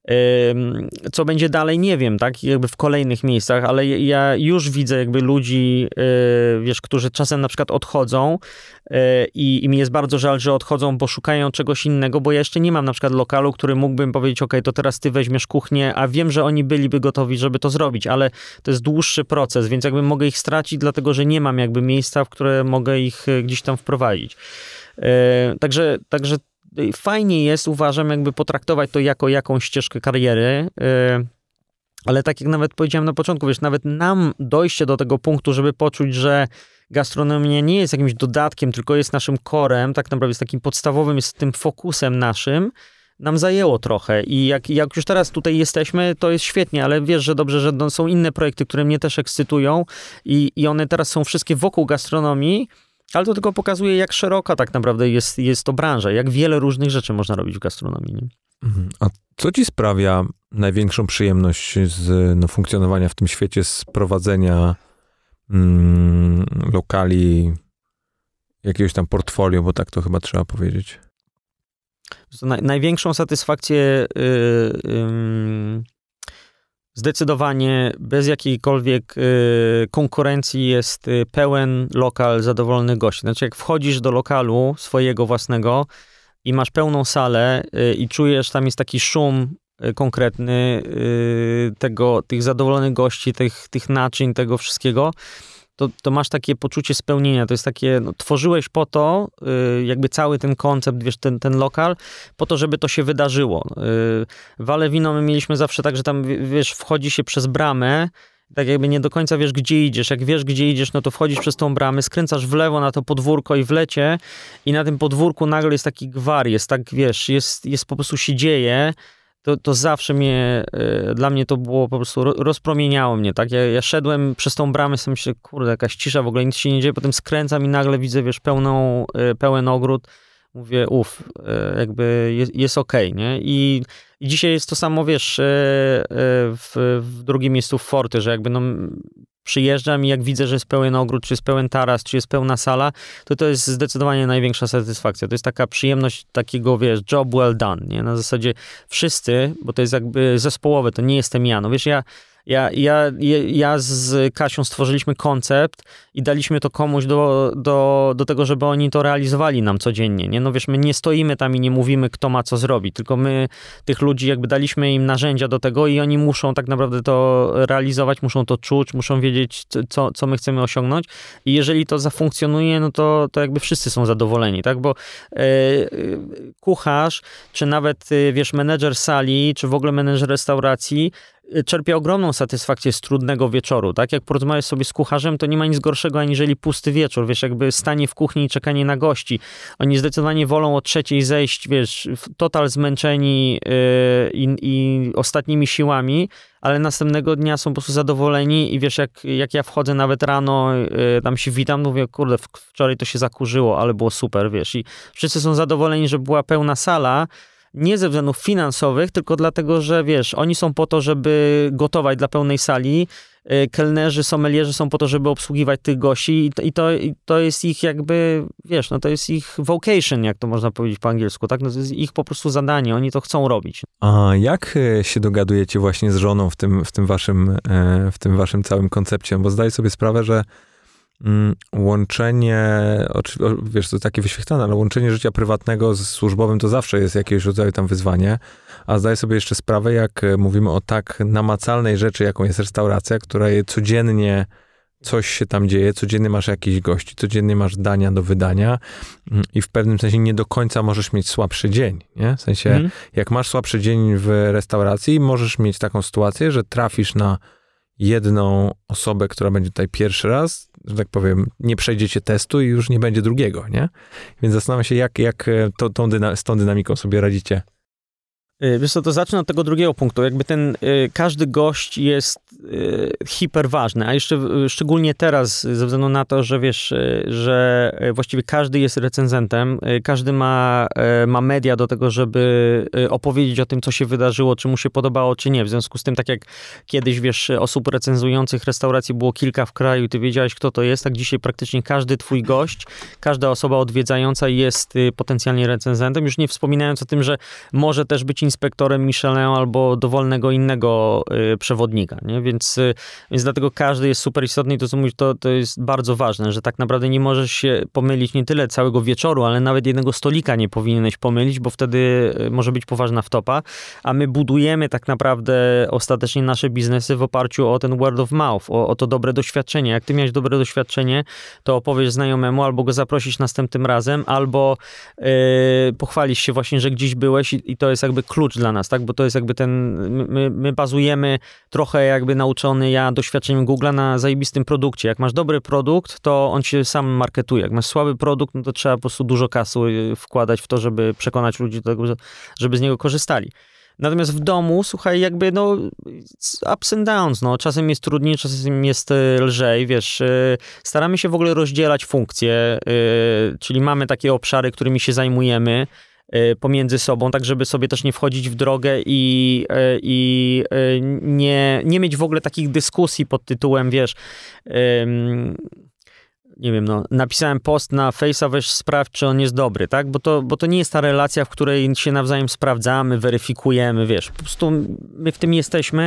Co będzie dalej, nie wiem, tak, jakby w kolejnych miejscach, ale ja już widzę jakby ludzi, wiesz, którzy czasem na przykład odchodzą i, i mi jest bardzo żal, że odchodzą, bo szukają czegoś innego, bo ja jeszcze nie mam na przykład lokalu, który mógłbym powiedzieć, ok, to teraz ty weźmiesz kuchnię, a wiem, że oni byliby gotowi, żeby to zrobić, ale to jest dłuższy proces, więc jakby mogę ich stracić, dlatego, że nie mam jakby miejsca, w które mogę ich gdzieś tam wprowadzić. Także, także fajnie jest, uważam, jakby potraktować to jako jakąś ścieżkę kariery, yy, ale tak jak nawet powiedziałem na początku, wiesz, nawet nam dojście do tego punktu, żeby poczuć, że gastronomia nie jest jakimś dodatkiem, tylko jest naszym corem, tak naprawdę jest takim podstawowym, jest tym fokusem naszym, nam zajęło trochę i jak, jak już teraz tutaj jesteśmy, to jest świetnie, ale wiesz, że dobrze, że są inne projekty, które mnie też ekscytują i, i one teraz są wszystkie wokół gastronomii, ale to tylko pokazuje, jak szeroka tak naprawdę jest, jest to branża, jak wiele różnych rzeczy można robić w gastronomii. Nie? A co ci sprawia największą przyjemność z no, funkcjonowania w tym świecie, z prowadzenia mm, lokali, jakiegoś tam portfolio, bo tak to chyba trzeba powiedzieć? Na, największą satysfakcję yy, yy, zdecydowanie bez jakiejkolwiek y, konkurencji jest y, pełen lokal zadowolonych gości. Znaczy jak wchodzisz do lokalu swojego własnego i masz pełną salę y, i czujesz, tam jest taki szum y, konkretny y, tego, tych zadowolonych gości, tych, tych naczyń, tego wszystkiego, to, to masz takie poczucie spełnienia. To jest takie, no, tworzyłeś po to, y, jakby cały ten koncept, wiesz, ten, ten lokal, po to, żeby to się wydarzyło. Y, w Ale Wino my mieliśmy zawsze tak, że tam, wiesz, wchodzi się przez bramę, tak jakby nie do końca wiesz, gdzie idziesz. Jak wiesz, gdzie idziesz, no to wchodzisz przez tą bramę, skręcasz w lewo na to podwórko i w lecie i na tym podwórku nagle jest taki gwar, jest tak, wiesz, jest, jest po prostu się dzieje. To, to zawsze mnie, y, dla mnie to było po prostu, ro, rozpromieniało mnie, tak? Ja, ja szedłem przez tą bramę, sobie myślę, kurde, jakaś cisza, w ogóle nic się nie dzieje, potem skręcam i nagle widzę, wiesz, pełną, y, pełen ogród. Mówię, uff, y, jakby jest, jest okej, okay, nie? I, I dzisiaj jest to samo, wiesz, y, y, w, w drugim miejscu w Forty, że jakby no przyjeżdżam i jak widzę, że jest pełen ogród, czy jest pełen taras, czy jest pełna sala, to to jest zdecydowanie największa satysfakcja. To jest taka przyjemność takiego, wiesz, job well done, nie? Na zasadzie wszyscy, bo to jest jakby zespołowe, to nie jestem ja. No wiesz, ja, ja, ja, ja z Kasią stworzyliśmy koncept i daliśmy to komuś do, do, do tego, żeby oni to realizowali nam codziennie, nie? No wiesz, my nie stoimy tam i nie mówimy, kto ma co zrobić, tylko my tych ludzi jakby daliśmy im narzędzia do tego i oni muszą tak naprawdę to realizować, muszą to czuć, muszą wiedzieć, co, co my chcemy osiągnąć i jeżeli to zafunkcjonuje, no to, to jakby wszyscy są zadowoleni, tak? Bo yy, kucharz, czy nawet, yy, wiesz, menedżer sali, czy w ogóle menedżer restauracji czerpie ogromną satysfakcję z trudnego wieczoru, tak? Jak porozmawiasz sobie z kucharzem, to nie ma nic gorszego aniżeli pusty wieczór, wiesz, jakby stanie w kuchni i czekanie na gości. Oni zdecydowanie wolą o trzeciej zejść, wiesz, total zmęczeni yy, i, i ostatnimi siłami, ale następnego dnia są po prostu zadowoleni i wiesz, jak, jak ja wchodzę nawet rano, yy, tam się witam, mówię, kurde, wczoraj to się zakurzyło, ale było super, wiesz, i wszyscy są zadowoleni, że była pełna sala, nie ze względów finansowych, tylko dlatego, że wiesz, oni są po to, żeby gotować dla pełnej sali, kelnerzy, sommelierzy są po to, żeby obsługiwać tych gości i to, i to, i to jest ich jakby, wiesz, no to jest ich vocation, jak to można powiedzieć po angielsku, tak? No to jest ich po prostu zadanie, oni to chcą robić. A jak się dogadujecie właśnie z żoną w tym, w tym waszym, w tym waszym całym koncepcie? Bo zdaję sobie sprawę, że łączenie, wiesz, to takie wyświetlane, ale łączenie życia prywatnego z służbowym to zawsze jest jakiegoś rodzaju tam wyzwanie, a zdaję sobie jeszcze sprawę, jak mówimy o tak namacalnej rzeczy, jaką jest restauracja, która codziennie coś się tam dzieje, codziennie masz jakichś gości, codziennie masz dania do wydania i w pewnym sensie nie do końca możesz mieć słabszy dzień, nie? W sensie, mm. jak masz słabszy dzień w restauracji, możesz mieć taką sytuację, że trafisz na jedną osobę, która będzie tutaj pierwszy raz, że tak powiem, nie przejdziecie testu i już nie będzie drugiego, nie? Więc zastanawiam się, jak, jak to, tą dyna- z tą dynamiką sobie radzicie. Wiesz co, to zacznę od tego drugiego punktu. Jakby ten, y, każdy gość jest y, hiperważny, a jeszcze y, szczególnie teraz, ze względu na to, że wiesz, y, że właściwie każdy jest recenzentem, y, każdy ma, y, ma media do tego, żeby y, opowiedzieć o tym, co się wydarzyło, czy mu się podobało, czy nie. W związku z tym, tak jak kiedyś, wiesz, osób recenzujących restauracji było kilka w kraju i ty wiedziałeś, kto to jest, tak dzisiaj praktycznie każdy twój gość, każda osoba odwiedzająca jest y, potencjalnie recenzentem, już nie wspominając o tym, że może też być inspektorem Michelin albo dowolnego innego y, przewodnika, nie? Więc, y, więc dlatego każdy jest super istotny i to, co mówisz, to, to jest bardzo ważne, że tak naprawdę nie możesz się pomylić nie tyle całego wieczoru, ale nawet jednego stolika nie powinieneś pomylić, bo wtedy y, może być poważna wtopa, a my budujemy tak naprawdę ostatecznie nasze biznesy w oparciu o ten word of mouth, o, o to dobre doświadczenie. Jak ty miałeś dobre doświadczenie, to opowiesz znajomemu, albo go zaprosić następnym razem, albo y, pochwalisz się właśnie, że gdzieś byłeś i, i to jest jakby klucz dla nas, tak? Bo to jest jakby ten, my, my bazujemy trochę jakby nauczony ja doświadczeniem Google'a na zajebistym produkcie. Jak masz dobry produkt, to on się sam marketuje. Jak masz słaby produkt, no to trzeba po prostu dużo kasy wkładać w to, żeby przekonać ludzi do tego, żeby z niego korzystali. Natomiast w domu, słuchaj, jakby no ups and downs, no czasem jest trudniej, czasem jest lżej, wiesz, staramy się w ogóle rozdzielać funkcje, czyli mamy takie obszary, którymi się zajmujemy pomiędzy sobą, tak żeby sobie też nie wchodzić w drogę i, i nie, nie mieć w ogóle takich dyskusji pod tytułem, wiesz, um, nie wiem, no, napisałem post na Face'a, weź sprawdź, czy on jest dobry, tak? Bo to, bo to nie jest ta relacja, w której się nawzajem sprawdzamy, weryfikujemy, wiesz, po prostu my w tym jesteśmy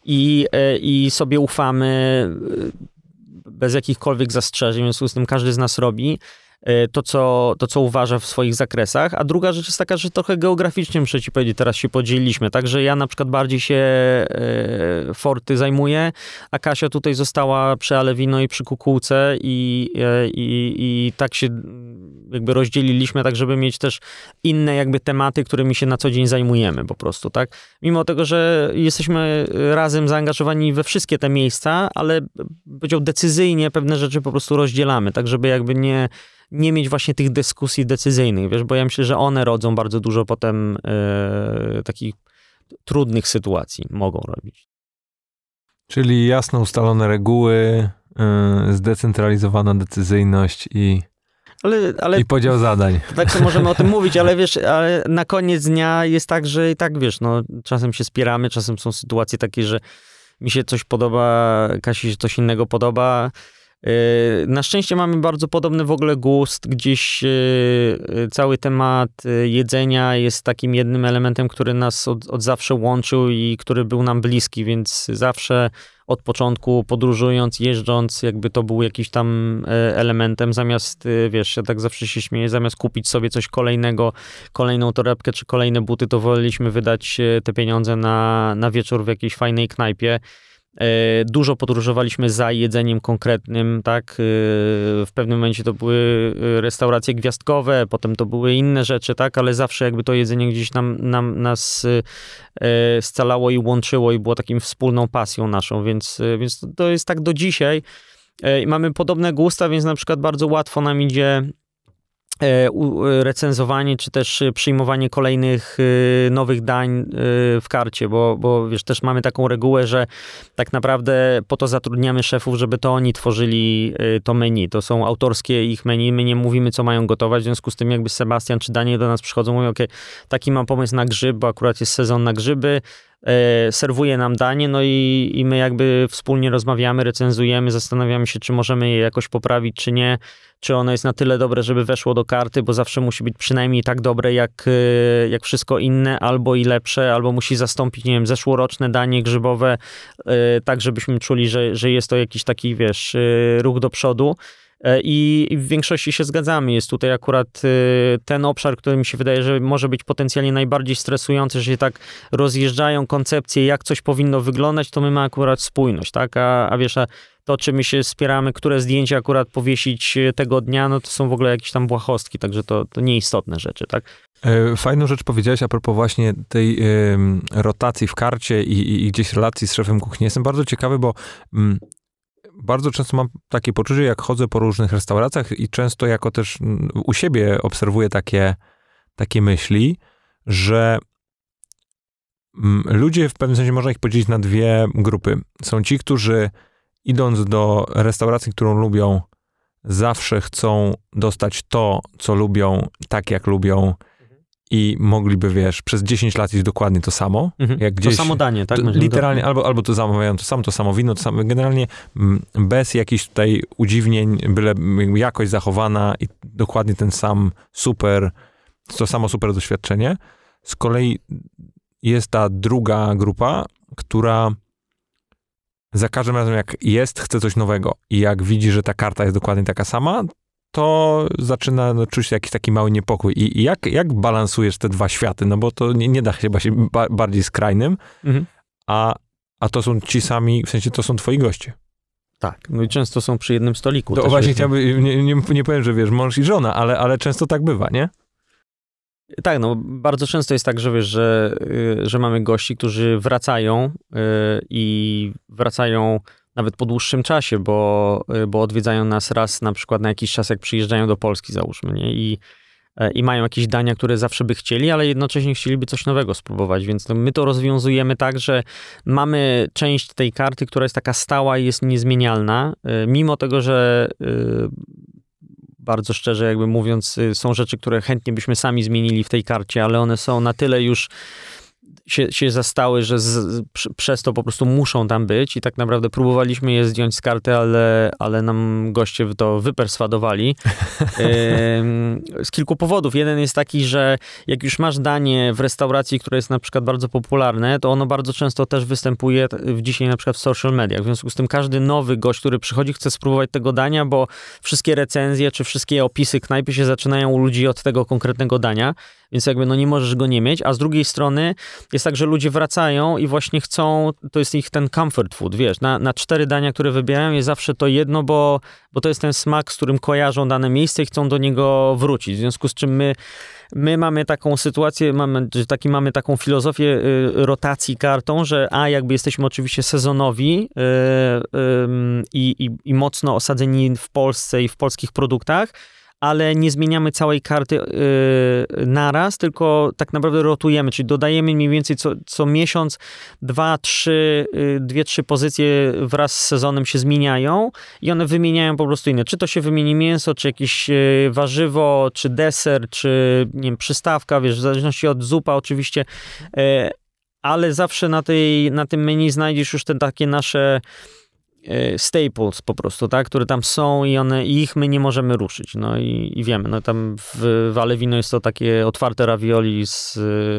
i, i sobie ufamy bez jakichkolwiek zastrzeżeń, w związku z tym każdy z nas robi to co, to, co uważa w swoich zakresach, a druga rzecz jest taka, że trochę geograficznie, muszę ci powiedzieć, teraz się podzieliliśmy, także ja na przykład bardziej się e, Forty zajmuję, a Kasia tutaj została przy Alewino i przy Kukułce i, e, i, i tak się jakby rozdzieliliśmy, tak żeby mieć też inne jakby tematy, którymi się na co dzień zajmujemy po prostu, tak? Mimo tego, że jesteśmy razem zaangażowani we wszystkie te miejsca, ale powiedział decyzyjnie pewne rzeczy po prostu rozdzielamy, tak żeby jakby nie nie mieć właśnie tych dyskusji decyzyjnych, wiesz, bo ja myślę, że one rodzą bardzo dużo potem e, takich trudnych sytuacji, mogą robić. Czyli jasno ustalone reguły, yy, zdecentralizowana decyzyjność i, ale, ale, i podział zadań. Tak sobie możemy o tym mówić, ale wiesz, ale na koniec dnia jest tak, że i tak, wiesz, no czasem się spieramy, czasem są sytuacje takie, że mi się coś podoba, Kasi się coś innego podoba. Na szczęście mamy bardzo podobny w ogóle gust, gdzieś cały temat jedzenia jest takim jednym elementem, który nas od, od zawsze łączył i który był nam bliski, więc zawsze od początku podróżując, jeżdżąc, jakby to był jakiś tam elementem, zamiast, wiesz, ja tak zawsze się śmieję, zamiast kupić sobie coś kolejnego, kolejną torebkę czy kolejne buty, to woleliśmy wydać te pieniądze na, na wieczór w jakiejś fajnej knajpie. Dużo podróżowaliśmy za jedzeniem konkretnym, tak? W pewnym momencie to były restauracje gwiazdkowe, potem to były inne rzeczy, tak? Ale zawsze jakby to jedzenie gdzieś nam, nam nas scalało i łączyło i było takim wspólną pasją naszą, więc, więc to jest tak do dzisiaj. I mamy podobne gusta, więc na przykład bardzo łatwo nam idzie recenzowanie, czy też przyjmowanie kolejnych nowych dań w karcie, bo, bo wiesz, też mamy taką regułę, że tak naprawdę po to zatrudniamy szefów, żeby to oni tworzyli to menu. To są autorskie ich menu, my nie mówimy, co mają gotować, w związku z tym jakby Sebastian czy Daniel do nas przychodzą, mówią, okej, taki mam pomysł na grzyb, bo akurat jest sezon na grzyby, serwuje nam danie, no i, i my jakby wspólnie rozmawiamy, recenzujemy, zastanawiamy się, czy możemy je jakoś poprawić, czy nie, czy ono jest na tyle dobre, żeby weszło do karty, bo zawsze musi być przynajmniej tak dobre, jak, jak wszystko inne, albo i lepsze, albo musi zastąpić, nie wiem, zeszłoroczne danie grzybowe, tak żebyśmy czuli, że, że jest to jakiś taki, wiesz, ruch do przodu. I w większości się zgadzamy. Jest tutaj akurat ten obszar, który mi się wydaje, że może być potencjalnie najbardziej stresujący, że się tak rozjeżdżają koncepcje, jak coś powinno wyglądać, to my mamy akurat spójność, tak? A, a wiesz, a to, czy my się spieramy, które zdjęcia akurat powiesić tego dnia, no to są w ogóle jakieś tam błahostki, także to, to nieistotne rzeczy, tak? Fajną rzecz powiedziałeś a propos właśnie tej y, rotacji w karcie i, i gdzieś relacji z szefem kuchni. Jestem bardzo ciekawy, bo y, bardzo często mam takie poczucie, jak chodzę po różnych restauracjach i często jako też u siebie obserwuję takie, takie myśli, że ludzie w pewnym sensie można ich podzielić na dwie grupy. Są ci, którzy idąc do restauracji, którą lubią, zawsze chcą dostać to, co lubią, tak jak lubią i mogliby, wiesz, przez dziesięć lat iść dokładnie to samo. Mhm. Jak gdzieś, to samo danie, tak? To, literalnie, albo, albo to zamawiają to samo, to samo wino, to samo, generalnie bez jakichś tutaj udziwnień, byle jakość zachowana i dokładnie ten sam super, to samo super doświadczenie. Z kolei jest ta druga grupa, która za każdym razem jak jest, chce coś nowego i jak widzi, że ta karta jest dokładnie taka sama, to zaczyna no, czuć jakiś taki mały niepokój. I, i jak, jak balansujesz te dwa światy? No bo to nie, nie da chyba się ba- bardziej skrajnym, mhm. a, a to są ci sami, w sensie to są twoi goście. Tak, no i często są przy jednym stoliku. To właśnie chciałbym, nie, nie, nie powiem, że wiesz, mąż i żona, ale, ale często tak bywa, nie? Tak, no bardzo często jest tak, że wiesz, że, że mamy gości, którzy wracają yy, i wracają nawet po dłuższym czasie, bo, bo odwiedzają nas raz na przykład na jakiś czas, jak przyjeżdżają do Polski, załóżmy, nie? I, i mają jakieś dania, które zawsze by chcieli, ale jednocześnie chcieliby coś nowego spróbować, więc my to rozwiązujemy tak, że mamy część tej karty, która jest taka stała i jest niezmienialna, mimo tego, że bardzo szczerze jakby mówiąc, są rzeczy, które chętnie byśmy sami zmienili w tej karcie, ale one są na tyle już się, się zastały, że z, przez to po prostu muszą tam być i tak naprawdę próbowaliśmy je zdjąć z karty, ale, ale nam goście to wyperswadowali. Z kilku powodów. Jeden jest taki, że jak już masz danie w restauracji, które jest na przykład bardzo popularne, to ono bardzo często też występuje w dzisiaj na przykład w social mediach. W związku z tym każdy nowy gość, który przychodzi, chce spróbować tego dania, bo wszystkie recenzje czy wszystkie opisy knajpy się zaczynają u ludzi od tego konkretnego dania, więc jakby no nie możesz go nie mieć, a z drugiej strony jest tak, że ludzie wracają i właśnie chcą, to jest ich ten comfort food, wiesz, na, na cztery dania, które wybierają jest zawsze to jedno, bo, bo to jest ten smak, z którym kojarzą dane miejsce i chcą do niego wrócić, w związku z czym my My mamy taką sytuację, mamy, taki, mamy taką filozofię y, rotacji kartą, że a jakby jesteśmy oczywiście sezonowi y, y, i, i mocno osadzeni w Polsce i w polskich produktach, ale nie zmieniamy całej karty yy, naraz, tylko tak naprawdę rotujemy, czyli dodajemy mniej więcej co, co miesiąc dwa, trzy, yy, dwie, trzy pozycje wraz z sezonem się zmieniają i one wymieniają po prostu inne. Czy to się wymieni mięso, czy jakieś yy, warzywo, czy deser, czy nie wiem, przystawka, wiesz, w zależności od zupa oczywiście, yy, ale zawsze na, tej, na tym menu znajdziesz już te takie nasze staples po prostu, tak, które tam są i one, i ich my nie możemy ruszyć, no i, i wiemy, no tam w, w Alevino jest to takie otwarte ravioli z,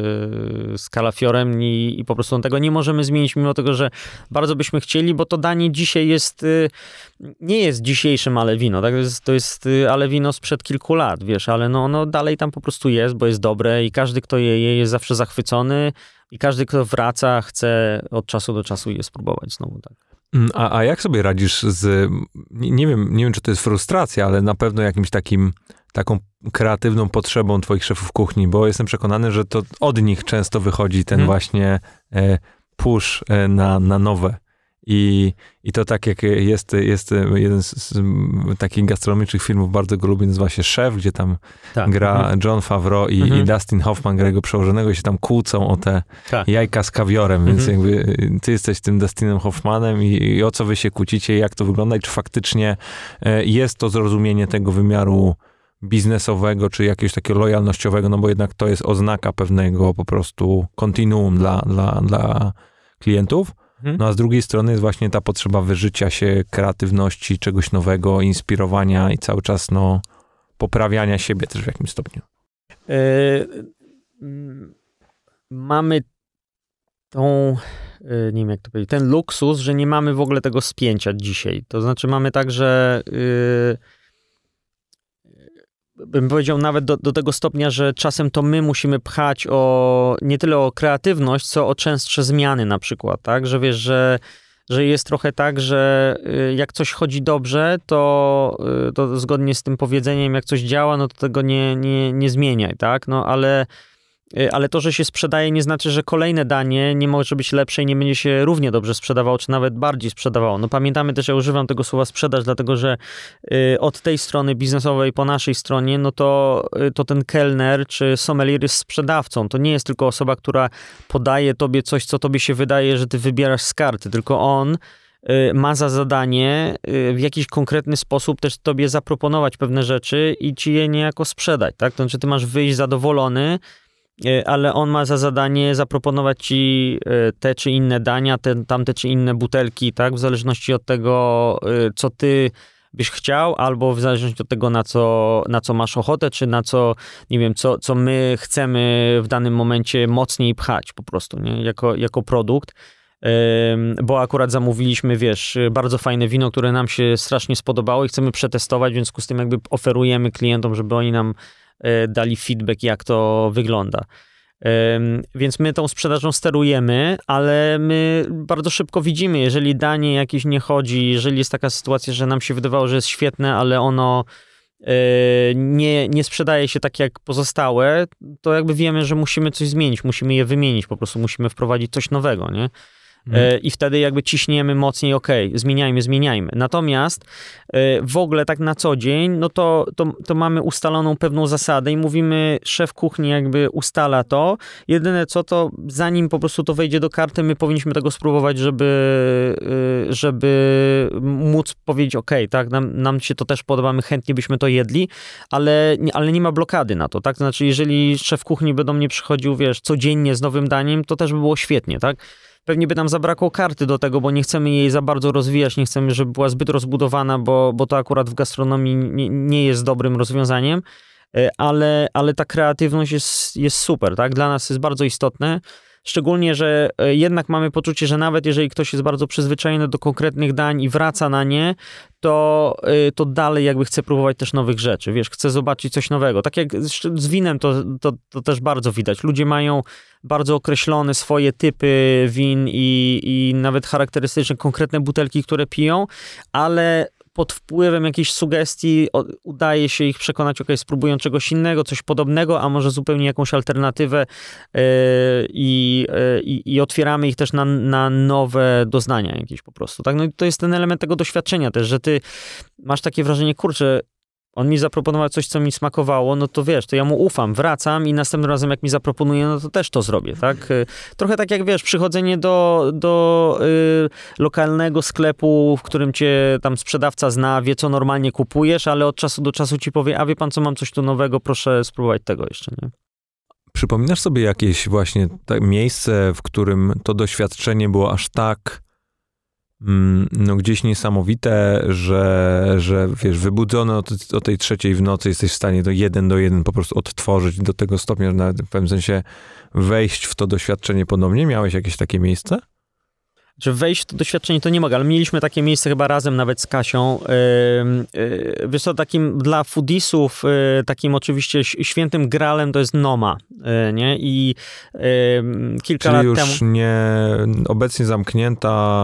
z kalafiorem i, i po prostu tego nie możemy zmienić, mimo tego, że bardzo byśmy chcieli, bo to danie dzisiaj jest, nie jest dzisiejszym Alevino, tak, to jest, to jest Alevino sprzed kilku lat, wiesz, ale no, no dalej tam po prostu jest, bo jest dobre i każdy, kto je je, jest zawsze zachwycony i każdy, kto wraca, chce od czasu do czasu je spróbować znowu, tak. A, a jak sobie radzisz z, nie wiem, nie wiem, czy to jest frustracja, ale na pewno jakimś takim, taką kreatywną potrzebą twoich szefów kuchni, bo jestem przekonany, że to od nich często wychodzi ten hmm. właśnie e, push e, na, na nowe. I, I to tak jak jest, jest jeden z, z takich gastronomicznych filmów, bardzo go lubię, nazywa się Szef, gdzie tam tak. gra mhm. John Favreau i, mhm. i Dustin Hoffman, gra jego przełożonego, się tam kłócą o te tak. jajka z kawiorem, mhm. więc jakby ty jesteś tym Dustinem Hoffmanem i, i o co wy się kłócicie, jak to wygląda i czy faktycznie jest to zrozumienie tego wymiaru biznesowego, czy jakiegoś takiego lojalnościowego, no bo jednak to jest oznaka pewnego po prostu kontinuum dla, dla, dla klientów. No a z drugiej strony jest właśnie ta potrzeba wyżycia się, kreatywności, czegoś nowego, inspirowania i cały czas no, poprawiania siebie też w jakimś stopniu. Yy, mamy tą, yy, nie wiem jak to powiedzieć, ten luksus, że nie mamy w ogóle tego spięcia dzisiaj. To znaczy mamy tak, że yy, bym powiedział nawet do, do tego stopnia, że czasem to my musimy pchać o nie tyle o kreatywność, co o częstsze zmiany na przykład, tak? Że wiesz, że, że jest trochę tak, że jak coś chodzi dobrze, to, to zgodnie z tym powiedzeniem, jak coś działa, no to tego nie, nie, nie zmieniaj, tak? No ale ale to, że się sprzedaje, nie znaczy, że kolejne danie nie może być lepsze i nie będzie się równie dobrze sprzedawało, czy nawet bardziej sprzedawało. No pamiętamy też, ja używam tego słowa sprzedaż, dlatego że y, od tej strony biznesowej po naszej stronie, no to, y, to ten kelner czy sommelier jest sprzedawcą. To nie jest tylko osoba, która podaje tobie coś, co tobie się wydaje, że ty wybierasz z karty, tylko on y, ma za zadanie y, w jakiś konkretny sposób też tobie zaproponować pewne rzeczy i ci je niejako sprzedać, tak? To znaczy ty masz wyjść zadowolony, ale on ma za zadanie zaproponować ci te czy inne dania, te, tamte czy inne butelki, tak, w zależności od tego, co ty byś chciał, albo w zależności od tego, na co, na co masz ochotę, czy na co, nie wiem, co, co my chcemy w danym momencie mocniej pchać po prostu, nie, jako, jako produkt. Bo akurat zamówiliśmy, wiesz, bardzo fajne wino, które nam się strasznie spodobało i chcemy przetestować, w związku z tym jakby oferujemy klientom, żeby oni nam dali feedback, jak to wygląda. Więc my tą sprzedażą sterujemy, ale my bardzo szybko widzimy, jeżeli danie jakieś nie chodzi, jeżeli jest taka sytuacja, że nam się wydawało, że jest świetne, ale ono nie, nie sprzedaje się tak jak pozostałe, to jakby wiemy, że musimy coś zmienić, musimy je wymienić, po prostu musimy wprowadzić coś nowego, nie? Hmm. I wtedy jakby ciśniemy mocniej, okej, okay, zmieniajmy, zmieniajmy. Natomiast w ogóle tak na co dzień, no to, to, to mamy ustaloną pewną zasadę i mówimy, szef kuchni jakby ustala to. Jedyne co, to zanim po prostu to wejdzie do karty, my powinniśmy tego spróbować, żeby, żeby móc powiedzieć, okej, okay, tak, nam, nam się to też podoba, my chętnie byśmy to jedli, ale, ale nie ma blokady na to, tak? To znaczy, jeżeli szef kuchni by do mnie przychodził, wiesz, codziennie z nowym daniem, to też by było świetnie, tak? Pewnie by nam zabrakło karty do tego, bo nie chcemy jej za bardzo rozwijać, nie chcemy, żeby była zbyt rozbudowana, bo, bo to akurat w gastronomii nie, nie jest dobrym rozwiązaniem, ale, ale ta kreatywność jest, jest super, tak? Dla nas jest bardzo istotne, szczególnie, że jednak mamy poczucie, że nawet jeżeli ktoś jest bardzo przyzwyczajony do konkretnych dań i wraca na nie, to, to dalej jakby chce próbować też nowych rzeczy, wiesz, chce zobaczyć coś nowego. Tak jak z winem to, to, to też bardzo widać. Ludzie mają bardzo określone swoje typy win i, i nawet charakterystyczne, konkretne butelki, które piją, ale pod wpływem jakiejś sugestii udaje się ich przekonać, ok, spróbują czegoś innego, coś podobnego, a może zupełnie jakąś alternatywę yy, i, yy, i otwieramy ich też na, na nowe doznania jakieś po prostu. Tak? No i to jest ten element tego doświadczenia też, że ty masz takie wrażenie, kurczę, on mi zaproponował coś, co mi smakowało, no to wiesz, to ja mu ufam, wracam i następnym razem jak mi zaproponuje, no to też to zrobię, tak? Trochę tak jak, wiesz, przychodzenie do, do y, lokalnego sklepu, w którym cię tam sprzedawca zna, wie, co normalnie kupujesz, ale od czasu do czasu ci powie, a wie pan co, mam coś tu nowego, proszę spróbować tego jeszcze, nie? Przypominasz sobie jakieś właśnie tak miejsce, w którym to doświadczenie było aż tak no gdzieś niesamowite, że, że wiesz, wybudzony o, o tej trzeciej w nocy jesteś w stanie to jeden do jeden po prostu odtworzyć do tego stopnia, że nawet w pewnym sensie wejść w to doświadczenie ponownie? Miałeś jakieś takie miejsce? Że wejść w to doświadczenie to nie mogę, ale mieliśmy takie miejsce chyba razem nawet z Kasią. Yy, yy, wiesz co, takim dla foodisów, yy, takim oczywiście świętym gralem to jest Noma, yy, nie? I yy, kilka Czyli lat już temu... nie obecnie zamknięta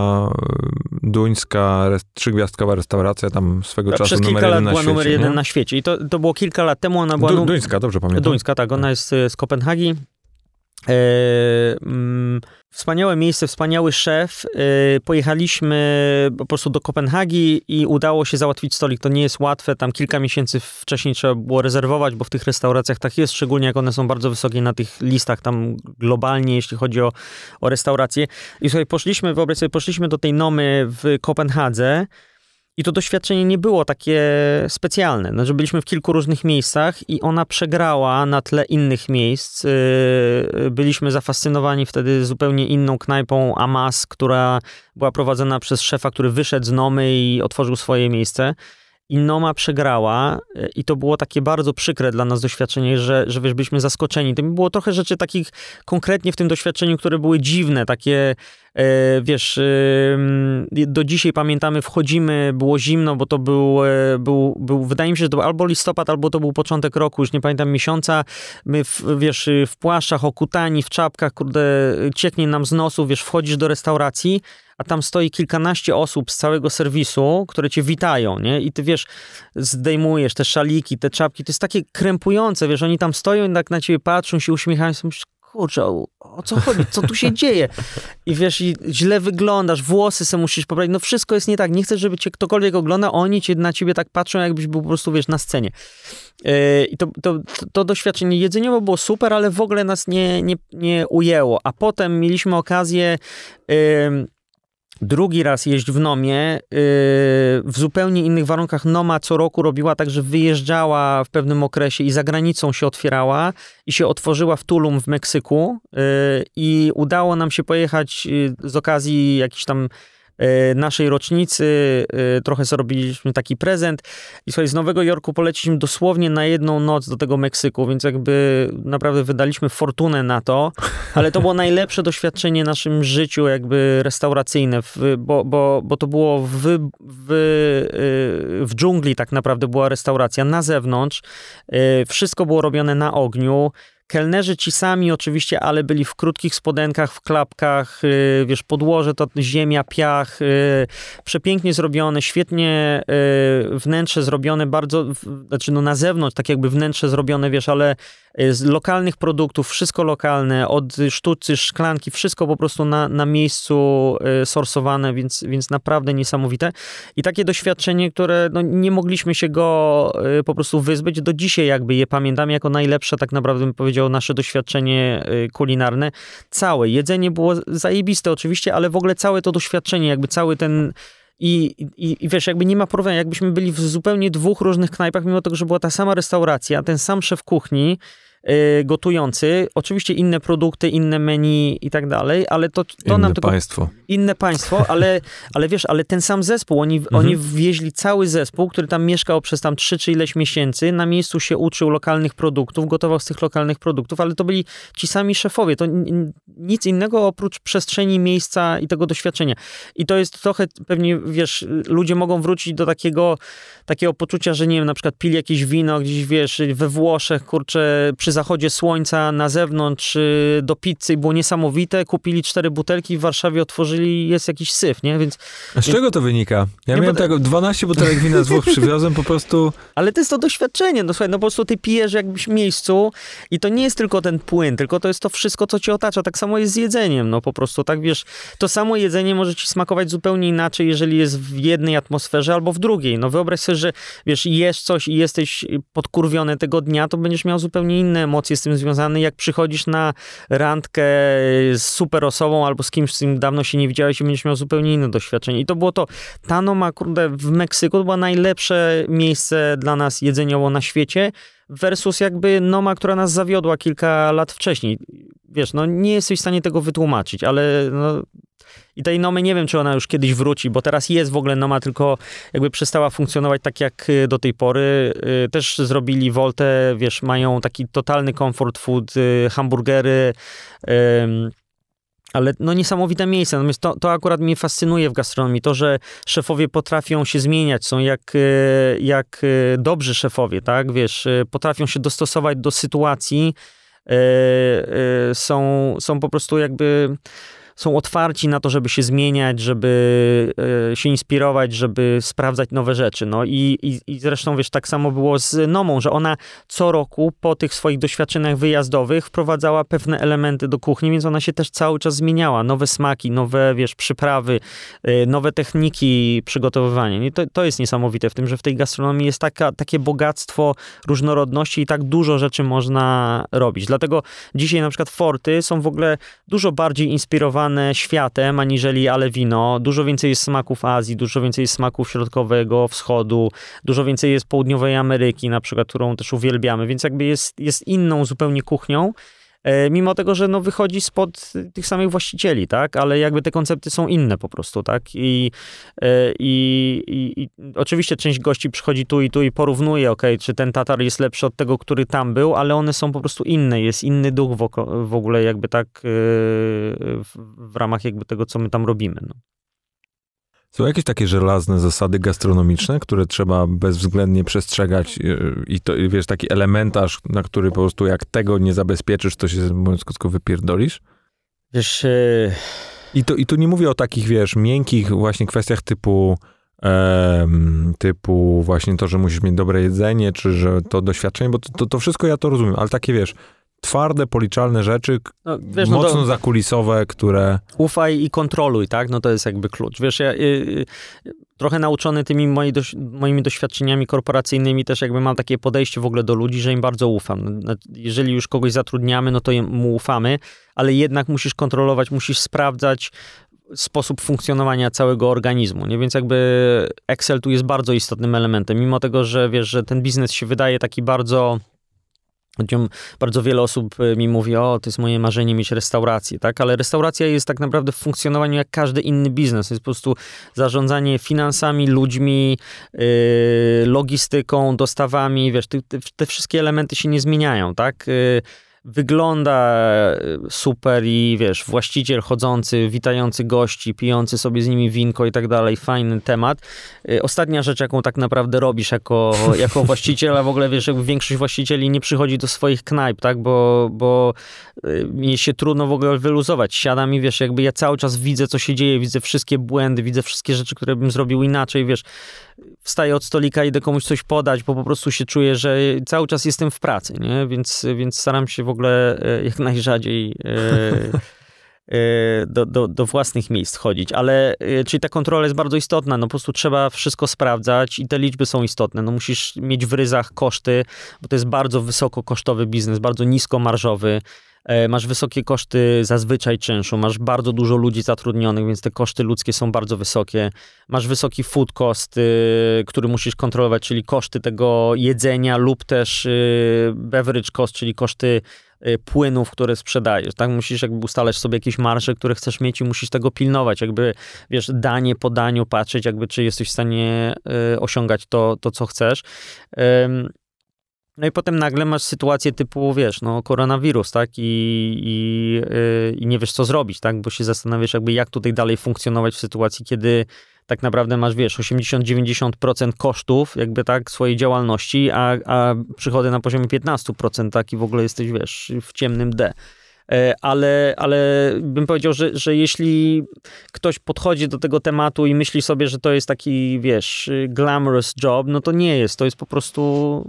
duńska trzygwiazdkowa restauracja tam swego czasu Przez numer kilka jeden lat była na świecie, numer jeden nie? na świecie. I to, to było kilka lat temu, ona była... Du- duńska, dobrze pamiętam. Duńska, tak, ona jest z Kopenhagi. Yy, mm, Wspaniałe miejsce, wspaniały szef. Yy, pojechaliśmy po prostu do Kopenhagi i udało się załatwić stolik. To nie jest łatwe, tam kilka miesięcy wcześniej trzeba było rezerwować, bo w tych restauracjach tak jest, szczególnie jak one są bardzo wysokie na tych listach tam globalnie, jeśli chodzi o, o restauracje. I sobie poszliśmy, wyobraź sobie, poszliśmy do tej Nomy w Kopenhadze. I to doświadczenie nie było takie specjalne. Znaczy byliśmy w kilku różnych miejscach i ona przegrała na tle innych miejsc. Byliśmy zafascynowani wtedy zupełnie inną knajpą Amas, która była prowadzona przez szefa, który wyszedł z Nomy i otworzył swoje miejsce. I Noma przegrała i to było takie bardzo przykre dla nas doświadczenie, że, że wiesz, byliśmy zaskoczeni. To było trochę rzeczy takich konkretnie w tym doświadczeniu, które były dziwne, takie e, wiesz, e, do dzisiaj pamiętamy, wchodzimy, było zimno, bo to był, e, był, był, wydaje mi się, że to był albo listopad, albo to był początek roku, już nie pamiętam miesiąca. My, w, wiesz, w płaszczach, okutani, w czapkach, kurde, cieknie nam z nosu, wiesz, wchodzisz do restauracji, a tam stoi kilkanaście osób z całego serwisu, które cię witają, nie? I ty, wiesz, zdejmujesz te szaliki, te czapki, to jest takie krępujące, wiesz, oni tam stoją i tak na ciebie patrzą, się uśmiechają, sobie myślisz, kurczę, o, o co chodzi, co tu się dzieje? I wiesz, i źle wyglądasz, włosy sobie musisz poprawić, no wszystko jest nie tak, nie chcesz, żeby cię ktokolwiek oglądał, oni cię, na ciebie tak patrzą, jakbyś był po prostu, wiesz, na scenie. Yy, I to, to, to doświadczenie jedzeniowe było super, ale w ogóle nas nie, nie, nie ujęło, a potem mieliśmy okazję yy, drugi raz jeść w Nomie, yy, w zupełnie innych warunkach. Noma co roku robiła tak, że wyjeżdżała w pewnym okresie i za granicą się otwierała i się otworzyła w Tulum w Meksyku yy, i udało nam się pojechać yy, z okazji jakichś tam naszej rocznicy, trochę sobie robiliśmy taki prezent i słuchaj, z Nowego Jorku poleciliśmy dosłownie na jedną noc do tego Meksyku, więc jakby naprawdę wydaliśmy fortunę na to, ale to było najlepsze doświadczenie w naszym życiu jakby restauracyjne, bo, bo, bo to było w, w, w dżungli tak naprawdę była restauracja, na zewnątrz, wszystko było robione na ogniu, kelnerzy ci sami oczywiście, ale byli w krótkich spodenkach, w klapkach, yy, wiesz, podłoże to ziemia, piach, yy, przepięknie zrobione, świetnie yy, wnętrze zrobione, bardzo, w, znaczy no na zewnątrz, tak jakby wnętrze zrobione, wiesz, ale z lokalnych produktów, wszystko lokalne, od sztucy, szklanki, wszystko po prostu na, na miejscu y, sorsowane, więc, więc naprawdę niesamowite. I takie doświadczenie, które no, nie mogliśmy się go y, po prostu wyzbyć, do dzisiaj jakby je pamiętam jako najlepsze, tak naprawdę bym powiedział, nasze doświadczenie y, kulinarne. Całe. Jedzenie było zajebiste oczywiście, ale w ogóle całe to doświadczenie, jakby cały ten... I, i, I wiesz, jakby nie ma porównania, jakbyśmy byli w zupełnie dwóch różnych knajpach, mimo tego, że była ta sama restauracja, ten sam szef kuchni, yy, gotujący, oczywiście inne produkty, inne menu i tak dalej, ale to, to inne nam tylko... państwo. Inne państwo, ale, ale wiesz, ale ten sam zespół, oni, mhm. oni wwieźli cały zespół, który tam mieszkał przez tam trzy czy ileś miesięcy, na miejscu się uczył lokalnych produktów, gotował z tych lokalnych produktów, ale to byli ci sami szefowie, to nic innego oprócz przestrzeni, miejsca i tego doświadczenia. I to jest trochę, pewnie, wiesz, ludzie mogą wrócić do takiego, takiego poczucia, że nie wiem, na przykład pili jakieś wino gdzieś, wiesz, we Włoszech, kurczę, przy zachodzie słońca na zewnątrz do pizzy i było niesamowite, kupili cztery butelki, w Warszawie otworzyli i jest jakiś syf, nie? Więc... A z więc... czego to wynika? Ja nie, miałem bo... tak dwanaście butelek wina z Włoch przywiozłem, po prostu... Ale to jest to doświadczenie, no słuchaj, no po prostu ty pijesz jakbyś w miejscu i to nie jest tylko ten płyn, tylko to jest to wszystko, co cię otacza. Tak samo jest z jedzeniem, no po prostu, tak wiesz, to samo jedzenie może ci smakować zupełnie inaczej, jeżeli jest w jednej atmosferze albo w drugiej. No wyobraź sobie, że wiesz, jesz coś i jesteś podkurwiony tego dnia, to będziesz miał zupełnie inne emocje z tym związane, jak przychodzisz na randkę z super osobą albo z kimś, z kim dawno się nie widziałeś i będziesz miał zupełnie inne doświadczenie. I to było to. Ta Noma, kurde, w Meksyku to było najlepsze miejsce dla nas jedzeniowo na świecie versus jakby Noma, która nas zawiodła kilka lat wcześniej. Wiesz, no nie jesteś w stanie tego wytłumaczyć, ale no... I tej Nomy nie wiem, czy ona już kiedyś wróci, bo teraz jest w ogóle Noma, tylko jakby przestała funkcjonować tak jak do tej pory. Też zrobili Voltę, wiesz, mają taki totalny comfort food, hamburgery, ale no niesamowite miejsce. Natomiast to, to akurat mnie fascynuje w gastronomii, to, że szefowie potrafią się zmieniać, są jak, jak dobrzy szefowie, tak, wiesz, potrafią się dostosować do sytuacji, są, są po prostu jakby... są otwarci na to, żeby się zmieniać, żeby e, się inspirować, żeby sprawdzać nowe rzeczy. No i, i, i zresztą, wiesz, tak samo było z Nomą, że ona co roku po tych swoich doświadczeniach wyjazdowych wprowadzała pewne elementy do kuchni, więc ona się też cały czas zmieniała. Nowe smaki, nowe, wiesz, przyprawy, e, nowe techniki przygotowywania. I to, to jest niesamowite w tym, że w tej gastronomii jest taka, takie bogactwo różnorodności i tak dużo rzeczy można robić. Dlatego dzisiaj na przykład Forty są w ogóle dużo bardziej inspirowane światem, aniżeli ale wino. Dużo więcej jest smaków Azji, dużo więcej jest smaków Środkowego Wschodu, dużo więcej jest Południowej Ameryki, na przykład, którą też uwielbiamy, więc jakby jest, jest inną zupełnie kuchnią, e, mimo tego, że no wychodzi spod tych samych właścicieli, tak, ale jakby te koncepty są inne po prostu, tak, i, e, i, i, i oczywiście część gości przychodzi tu i tu i porównuje, okej, okay, czy ten tatar jest lepszy od tego, który tam był, ale one są po prostu inne, jest inny duch w, w ogóle jakby tak e, w, w ramach jakby tego, co my tam robimy, no. Są jakieś takie żelazne zasady gastronomiczne, które trzeba bezwzględnie przestrzegać i to, wiesz, taki elementarz, na który po prostu jak tego nie zabezpieczysz, to się, mówiąc krótko, wypierdolisz? Wiesz... Yy... I, to, I tu nie mówię o takich, wiesz, miękkich właśnie kwestiach typu em, typu właśnie to, że musisz mieć dobre jedzenie, czy że to doświadczenie, bo to, to, to wszystko ja to rozumiem, ale takie, wiesz, twarde, policzalne rzeczy, no, wiesz, mocno no to... zakulisowe, które... Ufaj i kontroluj, tak? No to jest jakby klucz. Wiesz, ja y, y, trochę nauczony tymi moi doś, moimi doświadczeniami korporacyjnymi też jakby mam takie podejście w ogóle do ludzi, że im bardzo ufam. Jeżeli już kogoś zatrudniamy, no to mu ufamy, ale jednak musisz kontrolować, musisz sprawdzać sposób funkcjonowania całego organizmu, nie? Więc jakby Excel tu jest bardzo istotnym elementem. Mimo tego, że wiesz, że ten biznes się wydaje taki bardzo... Bardzo wiele osób mi mówi, o, to jest moje marzenie mieć restaurację, tak? Ale restauracja jest tak naprawdę w funkcjonowaniu jak każdy inny biznes. To jest po prostu zarządzanie finansami, ludźmi, yy, logistyką, dostawami, wiesz, te, te wszystkie elementy się nie zmieniają, tak? Yy, wygląda super i wiesz, właściciel chodzący, witający gości, pijący sobie z nimi winko i tak dalej, fajny temat. Ostatnia rzecz, jaką tak naprawdę robisz jako, jako właściciel, a w ogóle wiesz, jakby większość właścicieli nie przychodzi do swoich knajp, tak, bo, bo mi się trudno w ogóle wyluzować. Siadam i wiesz, jakby ja cały czas widzę, co się dzieje, widzę wszystkie błędy, widzę wszystkie rzeczy, które bym zrobił inaczej, wiesz, wstaję od stolika, idę komuś coś podać, bo po prostu się czuję, że cały czas jestem w pracy, nie? Więc, więc staram się w ogóle jak najrzadziej do, do, do własnych miejsc chodzić, ale czyli ta kontrola jest bardzo istotna, no po prostu trzeba wszystko sprawdzać i te liczby są istotne, no musisz mieć w ryzach koszty, bo to jest bardzo wysokokosztowy biznes, bardzo niskomarżowy. Masz wysokie koszty zazwyczaj czynszu, masz bardzo dużo ludzi zatrudnionych, więc te koszty ludzkie są bardzo wysokie. Masz wysoki food cost, y, który musisz kontrolować, czyli koszty tego jedzenia lub też y, beverage cost, czyli koszty y, płynów, które sprzedajesz. Tak? Musisz jakby ustalać sobie jakieś marże, które chcesz mieć i musisz tego pilnować. Jakby, wiesz, danie po daniu patrzeć, jakby czy jesteś w stanie y, osiągać to, to, co chcesz. Y, No i potem nagle masz sytuację typu, wiesz, no koronawirus, tak, i, i, yy, i nie wiesz, co zrobić, tak, bo się zastanawiasz jakby, jak tutaj dalej funkcjonować w sytuacji, kiedy tak naprawdę masz, wiesz, osiemdziesiąt do dziewięćdziesięciu procent kosztów, jakby tak, swojej działalności, a, a przychody na poziomie piętnaście procent, tak, i w ogóle jesteś, wiesz, w ciemnym D. Ale, ale bym powiedział, że, że jeśli ktoś podchodzi do tego tematu i myśli sobie, że to jest taki, wiesz, glamorous job, no to nie jest, to jest po prostu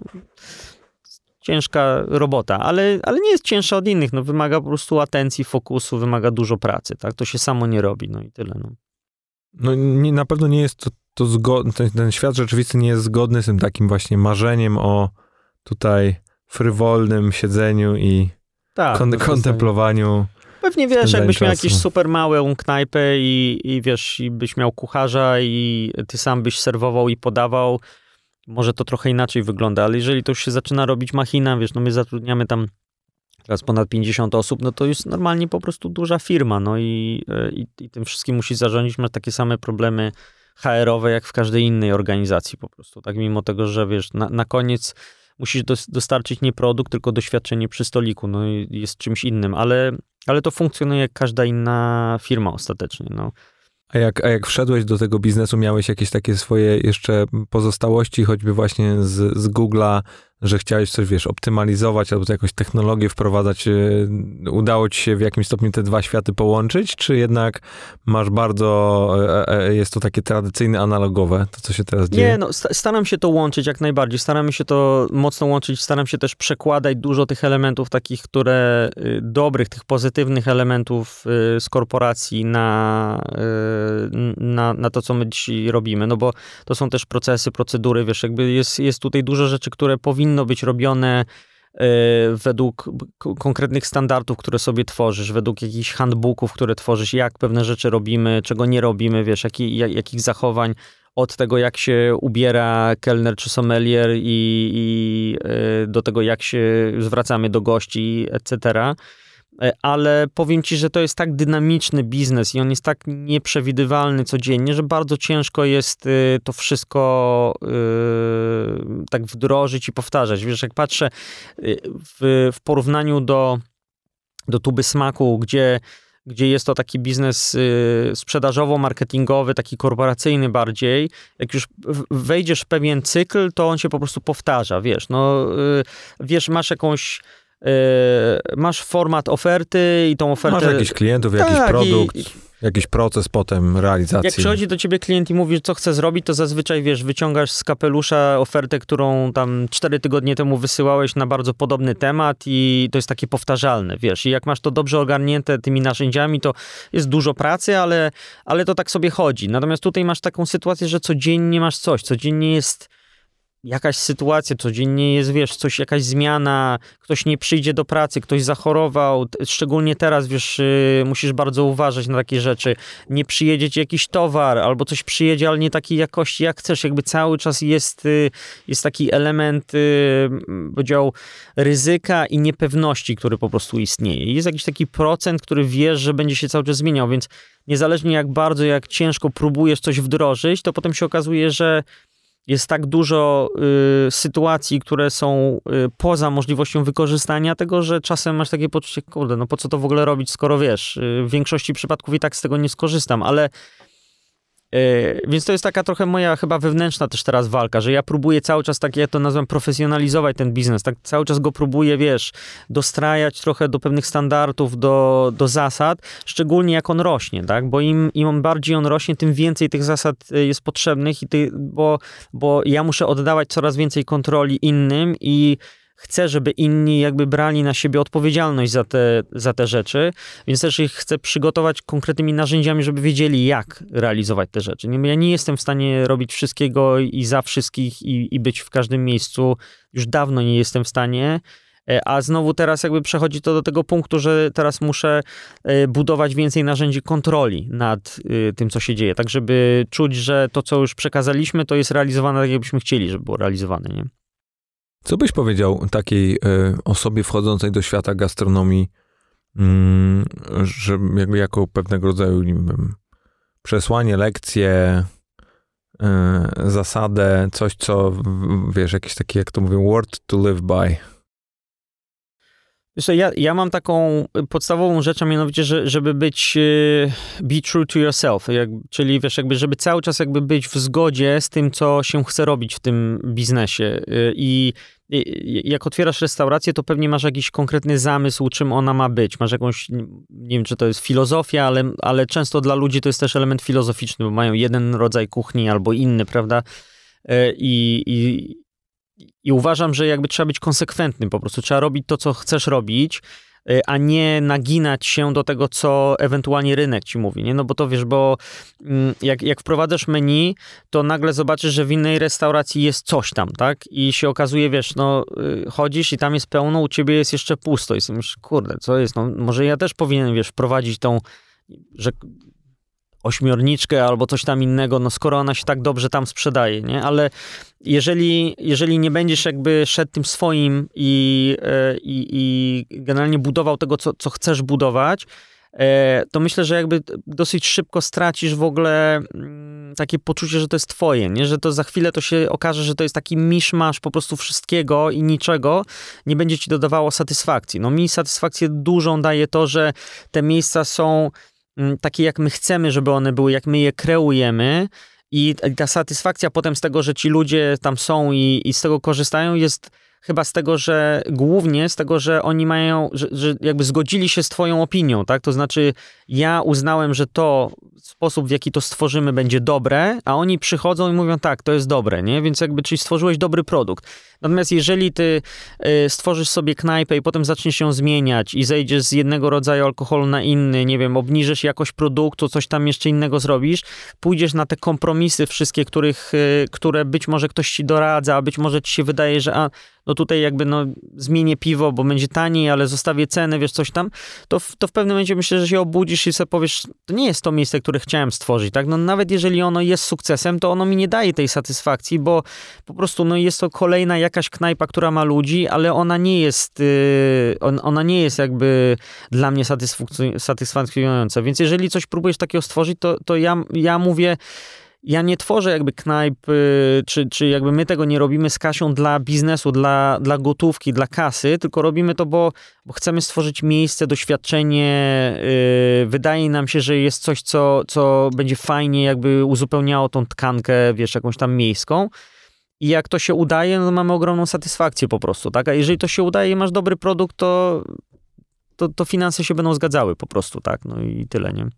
ciężka robota, ale, ale nie jest cięższa od innych, no wymaga po prostu atencji, fokusu, wymaga dużo pracy, tak, to się samo nie robi, no i tyle, no. No nie, na pewno nie jest to, to zgodne, ten, ten świat rzeczywisty nie jest zgodny z tym takim właśnie marzeniem o tutaj frywolnym siedzeniu i tak, kon, kontemplowaniu. Pewnie wiesz, jakbyś miał jakąś super małą knajpę i, i wiesz, i byś miał kucharza i ty sam byś serwował i podawał, może to trochę inaczej wygląda, ale jeżeli to już się zaczyna robić machina, wiesz, no my zatrudniamy tam teraz ponad pięćdziesiąt osób, no to jest normalnie po prostu duża firma, no i, i, i tym wszystkim musi zarządzić, masz takie same problemy H R-owe jak w każdej innej organizacji po prostu, tak, mimo tego, że wiesz, na, na koniec musisz dostarczyć nie produkt, tylko doświadczenie przy stoliku, no i jest czymś innym, ale, ale to funkcjonuje jak każda inna firma ostatecznie, no. A jak, a jak wszedłeś do tego biznesu, miałeś jakieś takie swoje jeszcze pozostałości, choćby właśnie z, z Google'a, że chciałeś coś, wiesz, optymalizować albo jakąś technologię wprowadzać, udało ci się w jakimś stopniu te dwa światy połączyć, czy jednak masz bardzo, jest to takie tradycyjne, analogowe, to co się teraz dzieje? Nie, no staram się to łączyć jak najbardziej, staramy się to mocno łączyć, staram się też przekładać dużo tych elementów takich, które dobrych, tych pozytywnych elementów z korporacji na, na, na to, co my dzisiaj robimy, no bo to są też procesy, procedury, wiesz, jakby jest, jest tutaj dużo rzeczy, które powinny być robione y, według k- konkretnych standardów, które sobie tworzysz, według jakichś handbooków, które tworzysz, jak pewne rzeczy robimy, czego nie robimy, wiesz, jaki, jak, jakich zachowań, od tego, jak się ubiera kelner czy sommelier i, i y, do tego, jak się zwracamy do gości, et cetera. Ale powiem ci, że to jest tak dynamiczny biznes i on jest tak nieprzewidywalny codziennie, że bardzo ciężko jest y, to wszystko y, tak wdrożyć i powtarzać. Wiesz, jak patrzę y, w, w porównaniu do, do Tuby Smaku, gdzie, gdzie jest to taki biznes y, sprzedażowo-marketingowy, taki korporacyjny bardziej, jak już wejdziesz w pewien cykl, to on się po prostu powtarza, wiesz, no, y, wiesz, masz jakąś masz format oferty i tą ofertę... Masz jakichś klientów, tak, jakiś produkt, i, jakiś proces potem realizacji. Jak przychodzi do ciebie klient i mówi, co chce zrobić, to zazwyczaj, wiesz, wyciągasz z kapelusza ofertę, którą tam cztery tygodnie temu wysyłałeś na bardzo podobny temat i to jest takie powtarzalne, wiesz. I jak masz to dobrze ogarnięte tymi narzędziami, to jest dużo pracy, ale, ale to tak sobie chodzi. Natomiast tutaj masz taką sytuację, że codziennie masz coś, codziennie jest jakaś sytuacja, codziennie jest, wiesz, coś, jakaś zmiana, ktoś nie przyjdzie do pracy, ktoś zachorował, szczególnie teraz, wiesz, yy, musisz bardzo uważać na takie rzeczy. Nie przyjedzie ci jakiś towar, albo coś przyjedzie, ale nie takiej jakości, jak chcesz. Jakby cały czas jest, yy, jest taki element, yy, powiedział, ryzyka i niepewności, który po prostu istnieje. Jest jakiś taki procent, który wiesz, że będzie się cały czas zmieniał, więc niezależnie jak bardzo, jak ciężko próbujesz coś wdrożyć, to potem się okazuje, że jest tak dużo y, sytuacji, które są y, poza możliwością wykorzystania tego, że czasem masz takie poczucie, kurde, no po co to w ogóle robić, skoro wiesz, y, w większości przypadków i tak z tego nie skorzystam, ale y, więc to jest taka trochę moja chyba wewnętrzna też teraz walka, że ja próbuję cały czas, tak ja to nazywam, profesjonalizować ten biznes, tak cały czas go próbuję, wiesz, dostrajać trochę do pewnych standardów, do, do zasad, szczególnie jak on rośnie, tak, bo im, im bardziej on rośnie, tym więcej tych zasad jest potrzebnych, i ty, bo, bo ja muszę oddawać coraz więcej kontroli innym i chcę, żeby inni jakby brali na siebie odpowiedzialność za te, za te rzeczy, więc też ich chcę przygotować konkretnymi narzędziami, żeby wiedzieli, jak realizować te rzeczy. Ja nie jestem w stanie robić wszystkiego i za wszystkich i, i być w każdym miejscu. Już dawno nie jestem w stanie, a znowu teraz jakby przechodzi to do tego punktu, że teraz muszę budować więcej narzędzi kontroli nad tym, co się dzieje, tak żeby czuć, że to, co już przekazaliśmy, to jest realizowane tak, jakbyśmy chcieli, żeby było realizowane, nie? Co byś powiedział takiej y, osobie wchodzącej do świata gastronomii, mm, że jakby jako pewnego rodzaju, nie wiem, przesłanie, lekcję, y, zasadę, coś, co, wiesz, jakieś takie, jak to mówią, word to live by? Wiesz co, ja, ja mam taką podstawową rzecz, a mianowicie, że, żeby być be true to yourself, jak, czyli wiesz, jakby, żeby cały czas jakby być w zgodzie z tym, co się chce robić w tym biznesie. I, i jak otwierasz restaurację, to pewnie masz jakiś konkretny zamysł, czym ona ma być. Masz jakąś, nie wiem, czy to jest filozofia, ale, ale często dla ludzi to jest też element filozoficzny, bo mają jeden rodzaj kuchni albo inny, prawda? I, i I uważam, że jakby trzeba być konsekwentnym po prostu. Trzeba robić to, co chcesz robić, a nie naginać się do tego, co ewentualnie rynek ci mówi, nie? No bo to wiesz, bo jak, jak wprowadzasz menu, to nagle zobaczysz, że w innej restauracji jest coś tam, tak? I się okazuje, wiesz, no chodzisz i tam jest pełno, u ciebie jest jeszcze pusto. I sobie myślisz, kurde, co jest? No może ja też powinienem, wiesz, wprowadzić tą, że ośmiorniczkę albo coś tam innego, no skoro ona się tak dobrze tam sprzedaje, nie? Ale jeżeli, jeżeli nie będziesz jakby szedł tym swoim i, i, i generalnie budował tego, co, co chcesz budować, to myślę, że jakby dosyć szybko stracisz w ogóle takie poczucie, że to jest twoje, nie? Że to za chwilę to się okaże, że to jest taki miszmasz po prostu wszystkiego i niczego nie będzie ci dodawało satysfakcji. No mi satysfakcję dużą daje to, że te miejsca są takie, jak my chcemy, żeby one były, jak my je kreujemy, i ta satysfakcja potem z tego, że ci ludzie tam są i, i z tego korzystają, jest chyba z tego, że głównie z tego, że oni mają, że, że jakby zgodzili się z twoją opinią, tak? To znaczy ja uznałem, że to sposób, w jaki to stworzymy, będzie dobre, a oni przychodzą i mówią, tak, to jest dobre, nie? Więc jakby, czyli stworzyłeś dobry produkt. Natomiast jeżeli ty y, stworzysz sobie knajpę i potem zaczniesz ją zmieniać i zejdziesz z jednego rodzaju alkoholu na inny, nie wiem, obniżysz jakość produktu, coś tam jeszcze innego zrobisz, pójdziesz na te kompromisy wszystkie, których, y, które być może ktoś ci doradza, a być może ci się wydaje, że a, no tutaj jakby no zmienię piwo, bo będzie taniej, ale zostawię cenę, wiesz, coś tam, to w, to w pewnym momencie myślę, że się obudzisz i sobie powiesz, to nie jest to miejsce, które chciałem stworzyć, tak? No nawet jeżeli ono jest sukcesem, to ono mi nie daje tej satysfakcji, bo po prostu no jest to kolejna jakaś knajpa, która ma ludzi, ale ona nie jest, yy, on, ona nie jest jakby dla mnie satysfakcjon- satysfakcjonująca. Więc jeżeli coś próbujesz takiego stworzyć, to, to ja, ja mówię, ja nie tworzę jakby knajp, czy, czy jakby my tego nie robimy z Kasią dla biznesu, dla, dla gotówki, dla kasy, tylko robimy to, bo, bo chcemy stworzyć miejsce, doświadczenie. Yy, wydaje nam się, że jest coś, co, co będzie fajnie jakby uzupełniało tą tkankę, wiesz, jakąś tam miejską. I jak to się udaje, no to mamy ogromną satysfakcję po prostu, tak? A jeżeli to się udaje i masz dobry produkt, to, to, to finanse się będą zgadzały po prostu, tak? No i tyle, nie?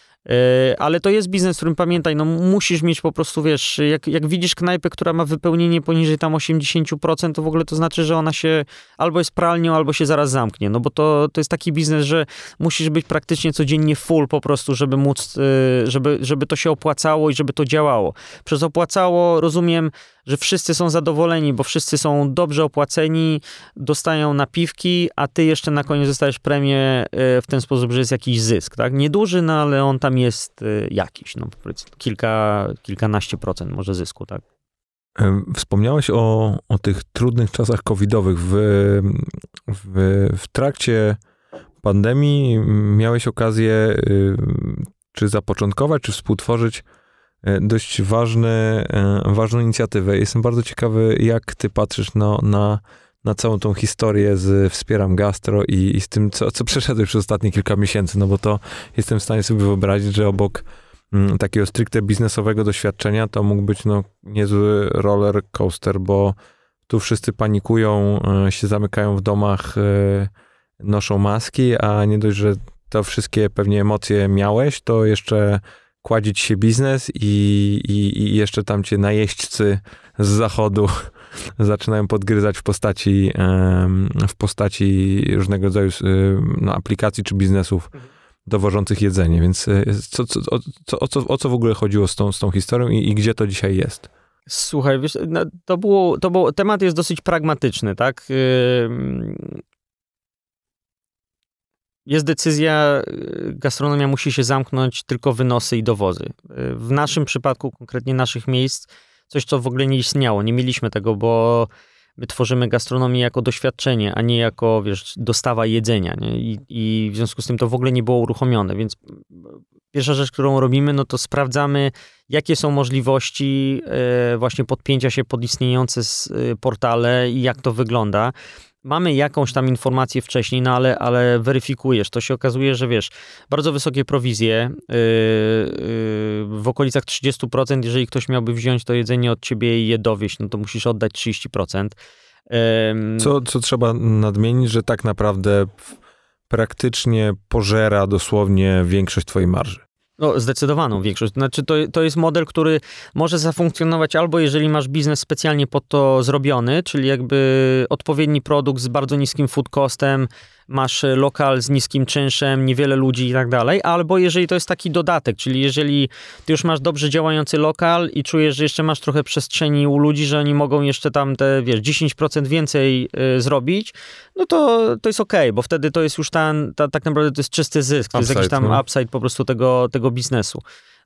Ale to jest biznes, w którym pamiętaj, no musisz mieć po prostu, wiesz, jak, jak widzisz knajpę, która ma wypełnienie poniżej tam osiemdziesiąt procent, to w ogóle to znaczy, że ona się albo jest pralnią, albo się zaraz zamknie, no bo to, to jest taki biznes, że musisz być praktycznie codziennie full po prostu, żeby móc, żeby, żeby to się opłacało i żeby to działało. Przez opłacało rozumiem, że wszyscy są zadowoleni, bo wszyscy są dobrze opłaceni, dostają napiwki, a ty jeszcze na koniec dostajesz premię w ten sposób, że jest jakiś zysk, tak? Nieduży, no ale on tam jest jakiś, no powiedzmy kilka, kilkanaście procent może zysku, tak? Wspomniałeś o, o tych trudnych czasach covidowych. W, w, w trakcie pandemii miałeś okazję czy zapoczątkować, czy współtworzyć dość ważny, ważną inicjatywę. Jestem bardzo ciekawy, jak ty patrzysz na, na, na całą tą historię z Wspieram Gastro i, i z tym, co, co przeszedłeś przez ostatnie kilka miesięcy, no bo to jestem w stanie sobie wyobrazić, że obok m, takiego stricte biznesowego doświadczenia to mógł być no, niezły roller coaster, bo tu wszyscy panikują, się zamykają w domach, noszą maski, a nie dość, że to wszystkie pewnie emocje miałeś, to jeszcze kładzie ci się biznes i, i, i jeszcze tam cię najeźdźcy z zachodu zaczynają podgryzać w postaci, w postaci różnego rodzaju no, aplikacji czy biznesów dowożących jedzenie. Więc co, co, o, co, o, co, o co w ogóle chodziło z tą, z tą historią i, i gdzie to dzisiaj jest? Słuchaj, wiesz, no, to było, to było, temat jest dosyć pragmatyczny, tak? Jest decyzja, gastronomia musi się zamknąć, tylko wynosy i dowozy. W naszym przypadku, konkretnie naszych miejsc, coś, co w ogóle nie istniało. Nie mieliśmy tego, bo my tworzymy gastronomię jako doświadczenie, a nie jako, wiesz, dostawa jedzenia, nie? I, i w związku z tym to w ogóle nie było uruchomione, więc pierwsza rzecz, którą robimy, no to sprawdzamy, jakie są możliwości e, właśnie podpięcia się pod istniejące e, portale i jak to wygląda. Mamy jakąś tam informację wcześniej, no ale, ale weryfikujesz. To się okazuje, że wiesz, bardzo wysokie prowizje, yy, yy, w okolicach trzydzieści procent, jeżeli ktoś miałby wziąć to jedzenie od ciebie i je dowieść, no to musisz oddać trzydzieści procent. Yy. Co, co trzeba nadmienić, że tak naprawdę praktycznie pożera dosłownie większość twojej marży. No, zdecydowaną większość. Znaczy, to, to jest model, który może zafunkcjonować albo jeżeli masz biznes specjalnie pod to zrobiony, czyli jakby odpowiedni produkt z bardzo niskim food costem, masz lokal z niskim czynszem, niewiele ludzi i tak dalej, albo jeżeli to jest taki dodatek, czyli jeżeli ty już masz dobrze działający lokal i czujesz, że jeszcze masz trochę przestrzeni u ludzi, że oni mogą jeszcze tam te, wiesz, dziesięć procent więcej y, zrobić, no to, to jest okej, okay, bo wtedy to jest już ta, ta, tak naprawdę to jest czysty zysk, to upside, jest jakiś tam no. upside po prostu tego, tego biznesu.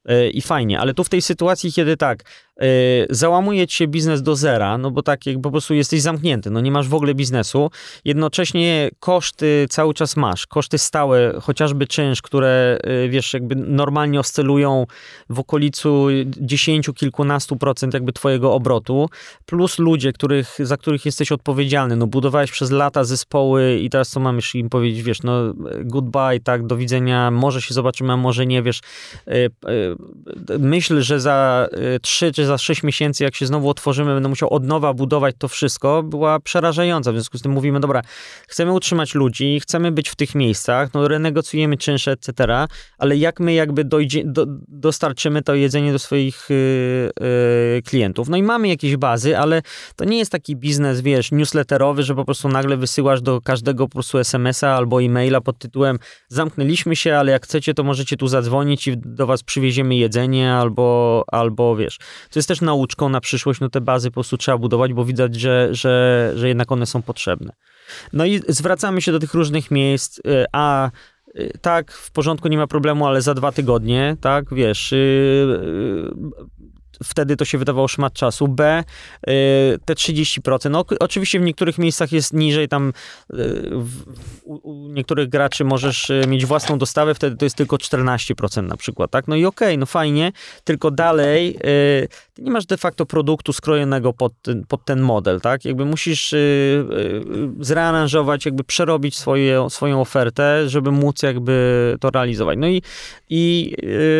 I fajnie, ale tu w tej sytuacji, kiedy tak, yy, załamuje ci się biznes do zera, no bo tak jak po prostu jesteś zamknięty, no nie masz w ogóle biznesu, jednocześnie koszty cały czas masz, koszty stałe, chociażby czynsz, które yy, wiesz, jakby normalnie oscylują w okolicu dziesięciu, kilkunastu procent jakby twojego obrotu, plus ludzie, których, za których jesteś odpowiedzialny, no budowałeś przez lata zespoły i teraz co mam jeszcze im powiedzieć, wiesz, no goodbye, tak, do widzenia, może się zobaczymy, a może nie, wiesz, yy, yy, myśl, że za trzy czy za sześć miesięcy, jak się znowu otworzymy, będę musiał od nowa budować to wszystko, była przerażająca. W związku z tym mówimy, dobra, chcemy utrzymać ludzi, chcemy być w tych miejscach, no renegocjujemy czynsze, et cetera, ale jak my jakby dojdzie, do, dostarczymy to jedzenie do swoich yy, yy, klientów. No i mamy jakieś bazy, ale to nie jest taki biznes, wiesz, newsletterowy, że po prostu nagle wysyłasz do każdego po prostu es em es a albo e-maila pod tytułem zamknęliśmy się, ale jak chcecie, to możecie tu zadzwonić i do was przywieziemy jedzenie, albo, albo wiesz, to jest też nauczką na przyszłość, no te bazy po prostu trzeba budować, bo widać, że, że, że jednak one są potrzebne. No i zwracamy się do tych różnych miejsc, a tak, w porządku, nie ma problemu, ale za dwa tygodnie, tak, wiesz, wtedy to się wydawało szmat czasu. B, te trzydzieści procent. No, oczywiście w niektórych miejscach jest niżej, tam w, u, u niektórych graczy możesz mieć własną dostawę, wtedy to jest tylko czternaście procent na przykład, tak? No i okej, okay, no fajnie, tylko dalej ty nie masz de facto produktu skrojonego pod, pod ten model, tak? Jakby musisz zrearanżować, jakby przerobić swoje, swoją ofertę, żeby móc jakby to realizować. No i, i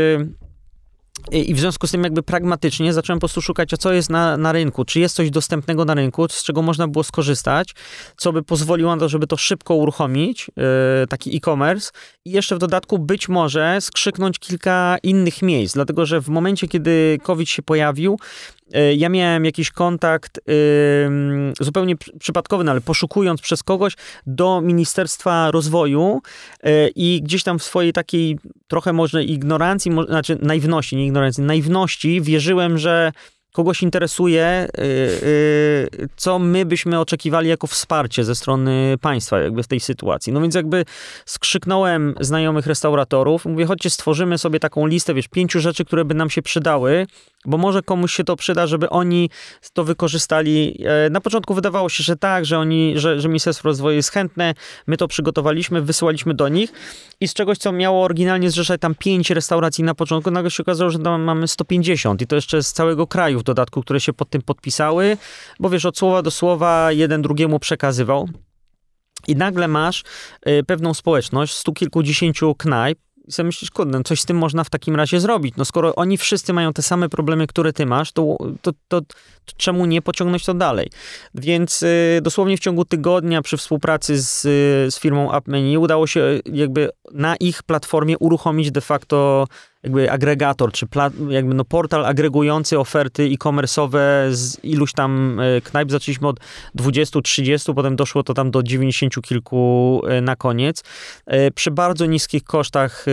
I w związku z tym jakby pragmatycznie zacząłem po prostu szukać, a co jest na, na rynku, czy jest coś dostępnego na rynku, z czego można było skorzystać, co by pozwoliło na to, żeby to szybko uruchomić, yy, taki e-commerce i jeszcze w dodatku być może skrzyknąć kilka innych miejsc, dlatego że w momencie, kiedy COVID się pojawił, ja miałem jakiś kontakt yy, zupełnie przypadkowy, no ale poszukując przez kogoś do Ministerstwa Rozwoju yy, i gdzieś tam w swojej takiej trochę może ignorancji, mo, znaczy naiwności, nie ignorancji, naiwności wierzyłem, że kogoś interesuje, yy, yy, co my byśmy oczekiwali jako wsparcie ze strony państwa jakby w tej sytuacji. No więc jakby skrzyknąłem znajomych restauratorów, mówię, chodźcie, stworzymy sobie taką listę, wiesz, pięciu rzeczy, które by nam się przydały bo może komuś się to przyda, żeby oni to wykorzystali. Na początku wydawało się, że tak, że oni, że, że Ministerstwo Rozwoju jest chętne, my to przygotowaliśmy, wysłaliśmy do nich i z czegoś, co miało oryginalnie zrzeszać tam pięć restauracji na początku, nagle się okazało, że tam mamy sto pięćdziesiąt i to jeszcze z całego kraju w dodatku, które się pod tym podpisały, bo wiesz, od słowa do słowa jeden drugiemu przekazywał. I nagle masz y, pewną społeczność, stu kilkudziesięciu knajp, i sobie myślisz, kurde, no coś z tym można w takim razie zrobić. No skoro oni wszyscy mają te same problemy, które ty masz, to, to, to, to czemu nie pociągnąć to dalej? Więc y, dosłownie w ciągu tygodnia przy współpracy z, y, z firmą AppMenu udało się jakby na ich platformie uruchomić de facto jakby agregator, czy pla, jakby no portal agregujący oferty e-commerce'owe z iluś tam y, knajp. Zaczęliśmy od dwudziestu, trzydziestu, potem doszło to tam do dziewięćdziesięciu kilku y, na koniec. Y, przy bardzo niskich kosztach, y,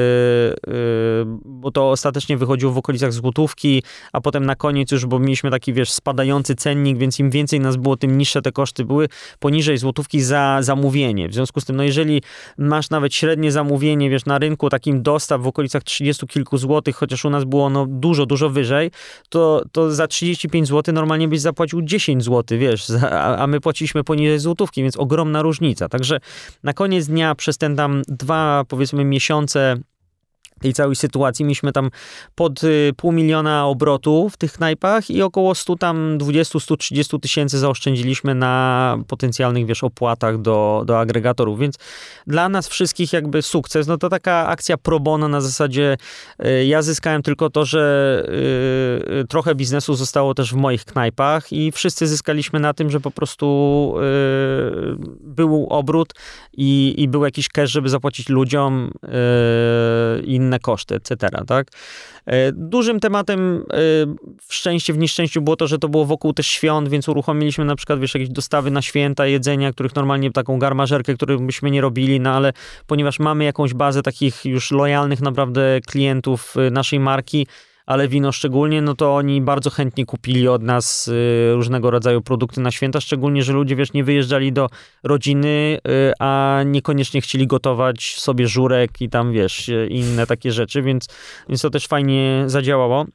y, bo to ostatecznie wychodziło w okolicach złotówki, a potem na koniec już, bo mieliśmy taki, wiesz, spadający cennik, więc im więcej nas było, tym niższe te koszty były, poniżej złotówki za zamówienie. W związku z tym, no jeżeli masz nawet średnie zamówienie, wiesz, na rynku takim dostaw w okolicach trzydziestu kilku złotych, chociaż u nas było no dużo, dużo wyżej, to, to za trzydzieści pięć złotych normalnie byś zapłacił dziesięć złotych, wiesz, a, a my płaciliśmy poniżej złotówki, więc ogromna różnica. Także na koniec dnia przez ten tam dwa, powiedzmy, miesiące tej całej sytuacji mieliśmy tam pod y, pół miliona obrotu w tych knajpach i około stu tam dwudziestu, stu trzydziestu tysięcy zaoszczędziliśmy na potencjalnych, wiesz, opłatach do, do agregatorów, więc dla nas wszystkich jakby sukces, no to taka akcja pro bono na zasadzie y, ja zyskałem tylko to, że y, y, trochę biznesu zostało też w moich knajpach i wszyscy zyskaliśmy na tym, że po prostu y, był obrót i, i był jakiś cash, żeby zapłacić ludziom y, inne koszty, et cetera, tak? Dużym tematem w szczęście, w nieszczęściu było to, że to było wokół też świąt, więc uruchomiliśmy na przykład, wiesz, jakieś dostawy na święta, jedzenia, których normalnie taką garmażerkę, których byśmy nie robili, no ale ponieważ mamy jakąś bazę takich już lojalnych naprawdę klientów naszej marki, ale wino szczególnie, no to oni bardzo chętnie kupili od nas y, różnego rodzaju produkty na święta, szczególnie, że ludzie, wiesz, nie wyjeżdżali do rodziny, y, a niekoniecznie chcieli gotować sobie żurek i tam, wiesz, inne takie rzeczy, więc, więc to też fajnie zadziałało.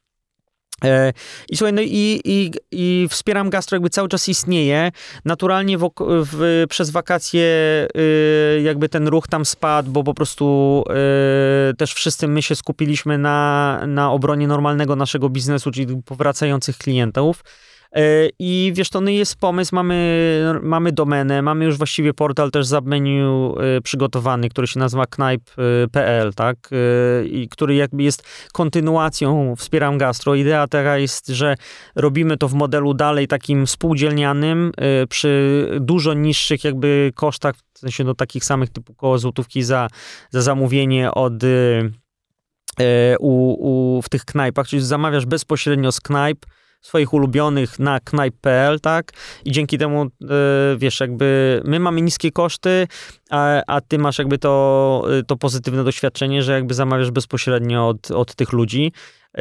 I słuchaj, no i, i, i Wspieram Gastro jakby cały czas istnieje. Naturalnie w, w, przez wakacje y, jakby ten ruch tam spadł, bo po prostu y, też wszyscy my się skupiliśmy na, na obronie normalnego naszego biznesu, czyli powracających klientów. I wiesz, to no jest pomysł, mamy, mamy domenę, mamy już właściwie portal też z menu y, przygotowany, który się nazywa knajp kropka p l, tak? Y, I który jakby jest kontynuacją Wspieram Gastro. Idea taka jest, że robimy to w modelu dalej takim spółdzielnianym, y, przy dużo niższych jakby kosztach, w sensie no takich samych typu koło złotówki za, za zamówienie od y, u, u, w tych knajpach, czyli zamawiasz bezpośrednio z knajp swoich ulubionych na knajp kropka p l, tak? I dzięki temu, yy, wiesz, jakby my mamy niskie koszty, a, a ty masz jakby to, to pozytywne doświadczenie, że jakby zamawiasz bezpośrednio od, od tych ludzi.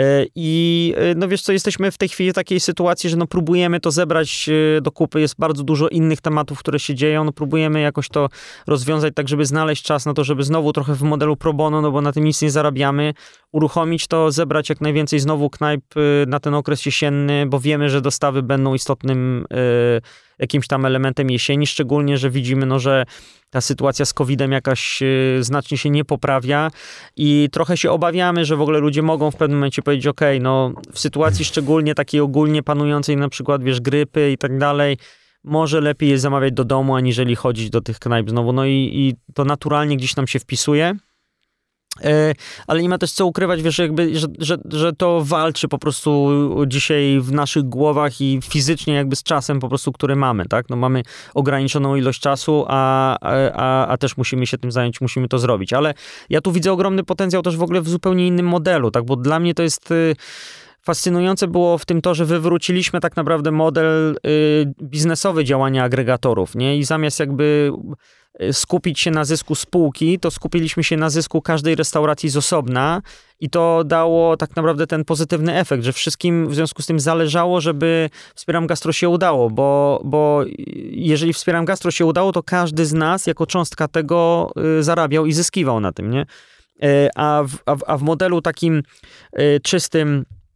I no wiesz co, jesteśmy w tej chwili w takiej sytuacji, że no próbujemy to zebrać do kupy, jest bardzo dużo innych tematów, które się dzieją, no próbujemy jakoś to rozwiązać tak, żeby znaleźć czas na to, żeby znowu trochę w modelu pro bono, no bo na tym nic nie zarabiamy, uruchomić to, zebrać jak najwięcej znowu knajp na ten okres jesienny, bo wiemy, że dostawy będą istotnym y, jakimś tam elementem jesieni, szczególnie, że widzimy, no, że ta sytuacja z kowidem jakaś y, znacznie się nie poprawia i trochę się obawiamy, że w ogóle ludzie mogą w pewnym momencie powiedzieć, ok, no w sytuacji szczególnie takiej ogólnie panującej, na przykład, wiesz, grypy i tak dalej, może lepiej jest zamawiać do domu, aniżeli chodzić do tych knajp znowu, no i, i to naturalnie gdzieś tam się wpisuje. Ale nie ma też co ukrywać, wiesz, jakby, że, że, że to walczy po prostu dzisiaj w naszych głowach i fizycznie jakby z czasem po prostu, który mamy, tak? No mamy ograniczoną ilość czasu, a, a, a też musimy się tym zająć, musimy to zrobić. Ale ja tu widzę ogromny potencjał też w ogóle w zupełnie innym modelu, tak? Bo dla mnie to jest... Fascynujące było w tym to, że wywróciliśmy tak naprawdę model y, biznesowy działania agregatorów, nie? I zamiast jakby skupić się na zysku spółki, to skupiliśmy się na zysku każdej restauracji z osobna i to dało tak naprawdę ten pozytywny efekt, że wszystkim w związku z tym zależało, żeby Wspieram Gastro się udało, bo, bo jeżeli Wspieram Gastro się udało, to każdy z nas jako cząstka tego y, zarabiał i zyskiwał na tym, nie? Y, a, w, a, w, a w modelu takim y, czystym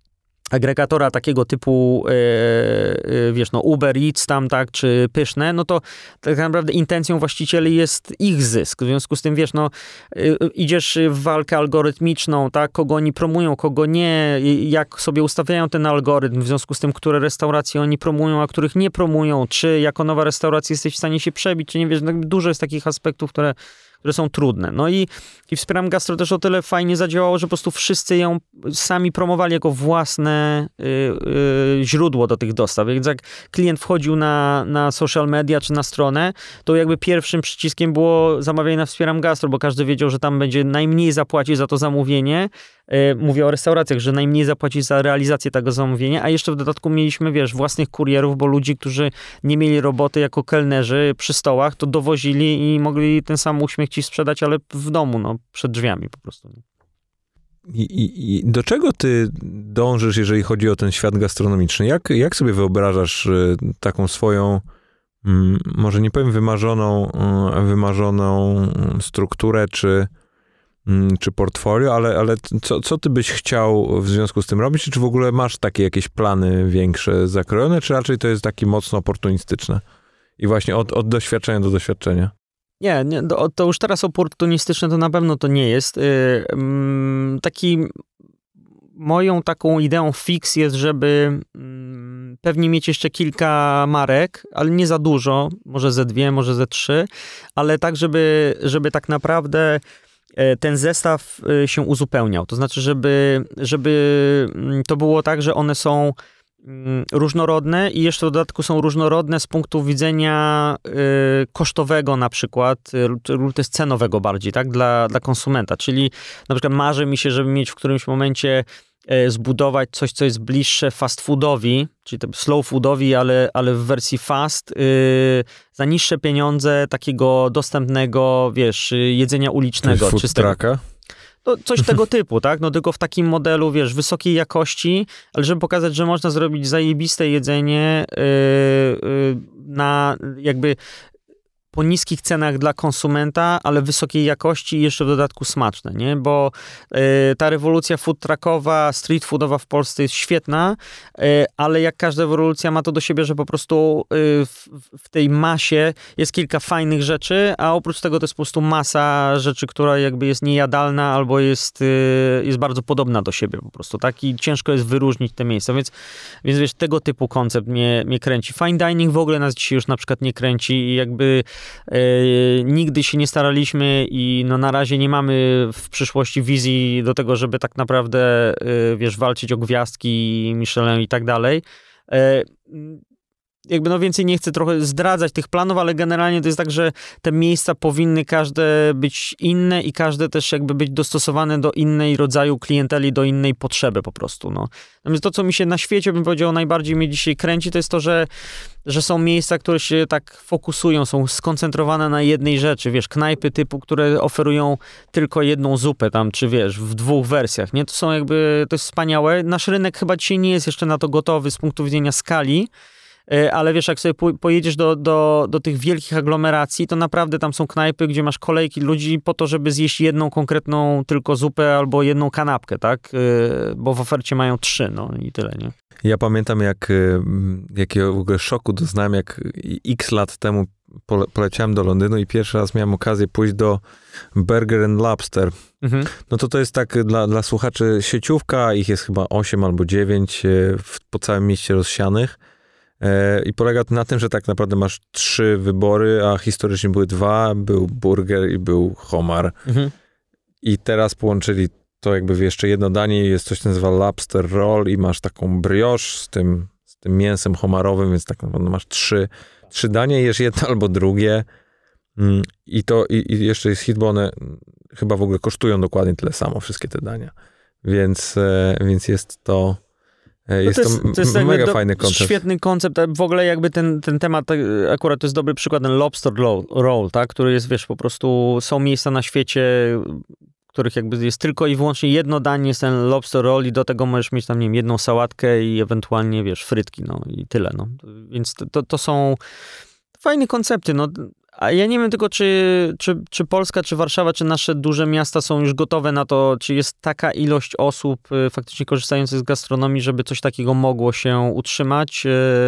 agregatora takiego typu, yy, wiesz, no Uber Eats tam, tak, czy Pyszne, no to tak naprawdę intencją właścicieli jest ich zysk. W związku z tym, wiesz, no yy, idziesz w walkę algorytmiczną, tak, kogo oni promują, kogo nie, jak sobie ustawiają ten algorytm, w związku z tym, które restauracje oni promują, a których nie promują, czy jako nowa restauracja jesteś w stanie się przebić, czy nie, wiesz, no, dużo jest takich aspektów, które które są trudne. No i, i Wspieram Gastro też o tyle fajnie zadziałało, że po prostu wszyscy ją sami promowali jako własne y, y, źródło do tych dostaw. Więc jak klient wchodził na, na social media czy na stronę, to jakby pierwszym przyciskiem było zamawianie na Wspieram Gastro, bo każdy wiedział, że tam będzie najmniej zapłacić za to zamówienie. Y, mówię o restauracjach, że najmniej zapłacić za realizację tego zamówienia, a jeszcze w dodatku mieliśmy, wiesz, własnych kurierów, bo ludzi, którzy nie mieli roboty jako kelnerzy przy stołach, to dowozili i mogli ten sam uśmiech ci sprzedać, ale w domu, no, przed drzwiami po prostu. I, i, i do czego ty dążysz, jeżeli chodzi o ten świat gastronomiczny? Jak, jak sobie wyobrażasz y, taką swoją, y, może nie powiem wymarzoną, y, wymarzoną strukturę, czy, y, czy portfolio, ale, ale co, co ty byś chciał w związku z tym robić? Czy w ogóle masz takie jakieś plany większe zakrojone, czy raczej to jest taki mocno oportunistyczne? I właśnie od, od doświadczenia do doświadczenia. Nie, nie, to już teraz oportunistyczne to na pewno to nie jest. Yy, taki moją taką ideą fix jest, żeby yy, pewnie mieć jeszcze kilka marek, ale nie za dużo, może ze dwie, może ze trzy, ale tak, żeby, żeby tak naprawdę ten zestaw się uzupełniał. To znaczy, żeby, żeby to było tak, że one są różnorodne i jeszcze w dodatku są różnorodne z punktu widzenia y, kosztowego na przykład, lub też cenowego bardziej, tak, dla, dla konsumenta. Czyli na przykład marzy mi się, żeby mieć w którymś momencie y, zbudować coś, co jest bliższe fast foodowi, czyli slow foodowi, ale, ale w wersji fast, y, za niższe pieniądze, takiego dostępnego, wiesz, jedzenia ulicznego. Food trucka? No, coś tego typu, tak? No tylko w takim modelu, wiesz, wysokiej jakości, ale żeby pokazać, że można zrobić zajebiste jedzenie yy, yy, na jakby po niskich cenach dla konsumenta, ale wysokiej jakości i jeszcze w dodatku smaczne, nie? Bo y, ta rewolucja food truckowa, street foodowa w Polsce jest świetna, y, ale jak każda rewolucja ma to do siebie, że po prostu y, w, w tej masie jest kilka fajnych rzeczy, a oprócz tego to jest po prostu masa rzeczy, która jakby jest niejadalna albo jest, y, jest bardzo podobna do siebie po prostu, tak? I ciężko jest wyróżnić te miejsca, więc, więc wiesz, tego typu koncept mnie, mnie kręci. Fine dining w ogóle nas dzisiaj już na przykład nie kręci i jakby Yy, nigdy się nie staraliśmy i no na razie nie mamy w przyszłości wizji do tego, żeby tak naprawdę, yy, wiesz, walczyć o gwiazdki, Michelin i tak dalej. Yy, jakby no więcej nie chcę trochę zdradzać tych planów, ale generalnie to jest tak, że te miejsca powinny każde być inne i każde też jakby być dostosowane do innej rodzaju klienteli, do innej potrzeby po prostu, no. Natomiast to, co mi się na świecie, bym powiedział, najbardziej mnie dzisiaj kręci, to jest to, że, że są miejsca, które się tak fokusują, są skoncentrowane na jednej rzeczy, wiesz, knajpy typu, które oferują tylko jedną zupę tam, czy wiesz, w dwóch wersjach, nie? To są jakby, to jest wspaniałe. Nasz rynek chyba dzisiaj nie jest jeszcze na to gotowy z punktu widzenia skali, ale wiesz, jak sobie pojedziesz do, do, do tych wielkich aglomeracji, to naprawdę tam są knajpy, gdzie masz kolejki ludzi po to, żeby zjeść jedną konkretną tylko zupę albo jedną kanapkę, tak? Bo w ofercie mają trzy, no i tyle, nie? Ja pamiętam, jak jakiego w ogóle szoku doznałem, jak x lat temu pole, poleciałem do Londynu i pierwszy raz miałem okazję pójść do Burger and Lobster. Mhm. No to to jest tak dla, dla słuchaczy sieciówka, ich jest chyba osiem albo dziewięć w, po całym mieście rozsianych. I polega to na tym, że tak naprawdę masz trzy wybory, a historycznie były dwa. Był burger i był homar. Mhm. I teraz połączyli to jakby w jeszcze jedno danie. Jest coś, co nazywa lobster roll i masz taką brioche z tym, z tym mięsem homarowym, więc tak naprawdę masz trzy, trzy dania, jesz jedno albo drugie. I to i, i jeszcze jest hit, bo one chyba w ogóle kosztują dokładnie tyle samo, wszystkie te dania. Więc, więc jest to... Jest to, jest, to, to jest mega do, fajny koncept. Świetny koncept. W ogóle jakby ten, ten temat, akurat to jest dobry przykład, ten lobster roll, tak, który jest, wiesz, po prostu są miejsca na świecie, których jakby jest tylko i wyłącznie jedno danie, jest ten lobster roll i do tego możesz mieć tam, nie wiem, jedną sałatkę i ewentualnie, wiesz, frytki, no i tyle, no. Więc to, to, to są fajne koncepty, no. A ja nie wiem tylko, czy, czy, czy Polska, czy Warszawa, czy nasze duże miasta są już gotowe na to, czy jest taka ilość osób faktycznie korzystających z gastronomii, żeby coś takiego mogło się utrzymać.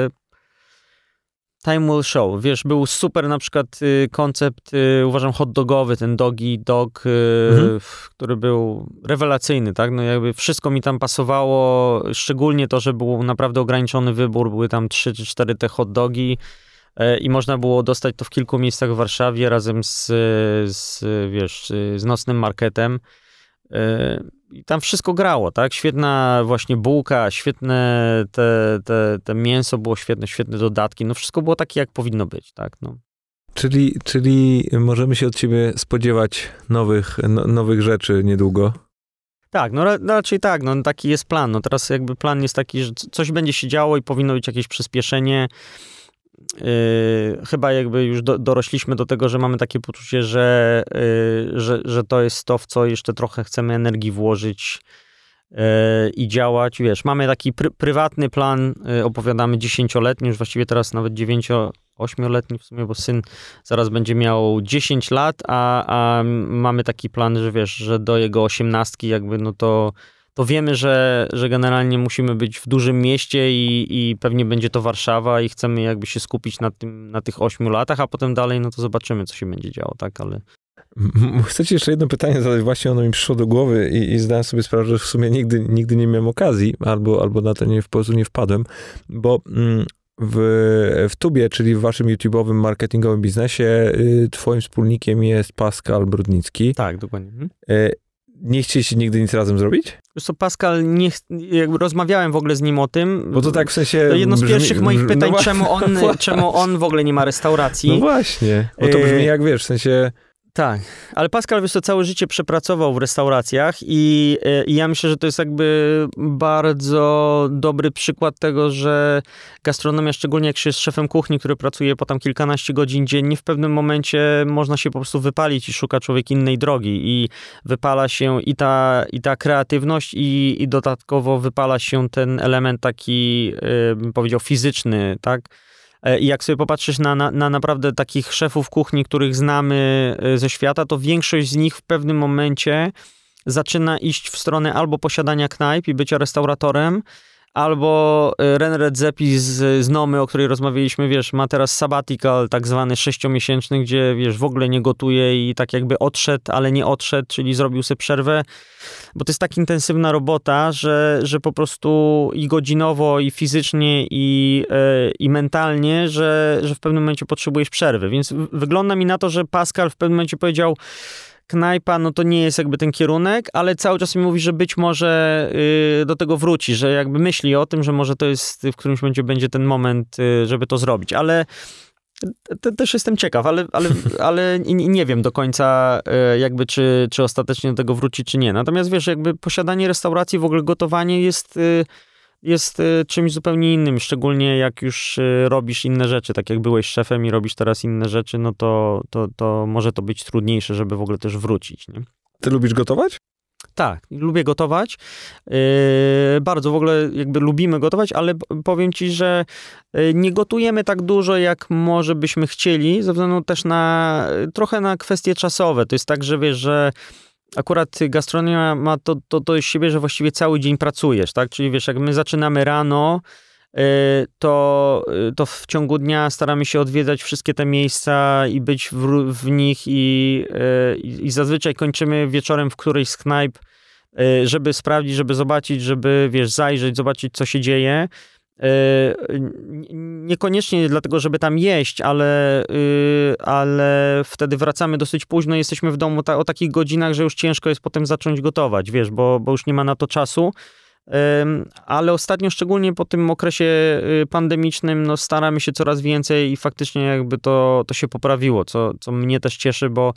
Time will show. Wiesz, był super na przykład koncept, uważam, hot dogowy, ten Doggy Dog, mhm. który był rewelacyjny, tak? No jakby wszystko mi tam pasowało, szczególnie to, że był naprawdę ograniczony wybór, były tam trzy czy cztery te hot dogi i można było dostać to w kilku miejscach w Warszawie razem z, z wiesz, z nocnym marketem. I tam wszystko grało, tak? Świetna właśnie bułka, świetne te, te, te mięso było świetne, świetne dodatki, no wszystko było takie, jak powinno być, tak? No. Czyli, czyli możemy się od ciebie spodziewać nowych, no, nowych rzeczy niedługo? Tak, no raczej tak, no taki jest plan. No teraz jakby plan jest taki, że coś będzie się działo i powinno być jakieś przyspieszenie. Yy, chyba jakby już do, dorośliśmy do tego, że mamy takie poczucie, że, yy, że, że to jest to, w co jeszcze trochę chcemy energii włożyć yy, i działać. Wiesz, mamy taki pr- prywatny plan, yy, opowiadamy dziesięcioletni, już właściwie teraz nawet dziewięcio, ośmioletni w sumie, bo syn zaraz będzie miał dziesięć lat, a, a mamy taki plan, że wiesz, że do jego osiemnastki jakby no to to wiemy, że, że generalnie musimy być w dużym mieście i, i pewnie będzie to Warszawa i chcemy jakby się skupić na tym, na tych ośmiu latach, a potem dalej, no to zobaczymy, co się będzie działo, tak, ale... Chcę ci jeszcze jedno pytanie zadać, właśnie ono mi przyszło do głowy i, i zdałem sobie sprawę, że w sumie nigdy, nigdy nie miałem okazji, albo, albo na to nie, po prostu nie wpadłem, bo w, w Tubie, czyli w waszym YouTube'owym marketingowym biznesie, twoim wspólnikiem jest Pascal Brudnicki. Tak, dokładnie. Mhm. Nie chcieliście nigdy nic razem zrobić? Wiesz co, Pascal, nie, jakby rozmawiałem w ogóle z nim o tym. Bo to tak w sensie... To jedno z brzmi, pierwszych moich pytań, no czemu, on, czemu on w ogóle nie ma restauracji. No właśnie, bo to brzmi jak, wiesz, w sensie... Tak, ale Pascal, wiesz co, całe życie przepracował w restauracjach i, i ja myślę, że to jest jakby bardzo dobry przykład tego, że gastronomia, szczególnie jak się jest szefem kuchni, który pracuje po tam kilkanaście godzin dziennie, w pewnym momencie można się po prostu wypalić i szuka człowiek innej drogi i wypala się i ta, i ta kreatywność i, i dodatkowo wypala się ten element taki, bym powiedział, fizyczny, tak? I jak sobie popatrzysz na, na, na naprawdę takich szefów kuchni, których znamy ze świata, to większość z nich w pewnym momencie zaczyna iść w stronę albo posiadania knajp i bycia restauratorem, albo René Redzepi z, z Nomy, o której rozmawialiśmy, wiesz, ma teraz sabbatical tak zwany sześciomiesięczny, gdzie, wiesz, w ogóle nie gotuje i tak jakby odszedł, ale nie odszedł, czyli zrobił sobie przerwę, bo to jest tak intensywna robota, że, że po prostu i godzinowo, i fizycznie, i, yy, i mentalnie, że, że w pewnym momencie potrzebujesz przerwy, więc wygląda mi na to, że Pascal w pewnym momencie powiedział, knajpa, no to nie jest jakby ten kierunek, ale cały czas mi mówi, że być może y, do tego wróci, że jakby myśli o tym, że może to jest, w którymś momencie będzie ten moment, y, żeby to zrobić, ale te, też jestem ciekaw, ale, ale, ale nie, nie wiem do końca y, jakby, czy, czy ostatecznie do tego wróci, czy nie. Natomiast wiesz, jakby posiadanie restauracji, w ogóle gotowanie jest... Y, jest czymś zupełnie innym, szczególnie jak już robisz inne rzeczy, tak jak byłeś szefem i robisz teraz inne rzeczy, no to, to, to może to być trudniejsze, żeby w ogóle też wrócić, nie? Ty lubisz gotować? Tak, lubię gotować. Yy, bardzo w ogóle jakby lubimy gotować, ale powiem ci, że nie gotujemy tak dużo, jak może byśmy chcieli, ze względu też na trochę na kwestie czasowe. To jest tak, że wiesz, że akurat gastronomia ma to, to, to siebie, że właściwie cały dzień pracujesz, tak? Czyli wiesz, jak my zaczynamy rano, to, to w ciągu dnia staramy się odwiedzać wszystkie te miejsca i być w, w nich i, i, i zazwyczaj kończymy wieczorem w którejś z knajp, żeby sprawdzić, żeby zobaczyć, żeby, wiesz, zajrzeć, zobaczyć, co się dzieje. Niekoniecznie dlatego, żeby tam jeść, ale, ale wtedy wracamy dosyć późno, jesteśmy w domu ta, o takich godzinach, że już ciężko jest potem zacząć gotować, wiesz, bo, bo już nie ma na to czasu. Ale ostatnio, szczególnie po tym okresie pandemicznym, no staramy się coraz więcej i faktycznie jakby to, to się poprawiło, co, co mnie też cieszy, bo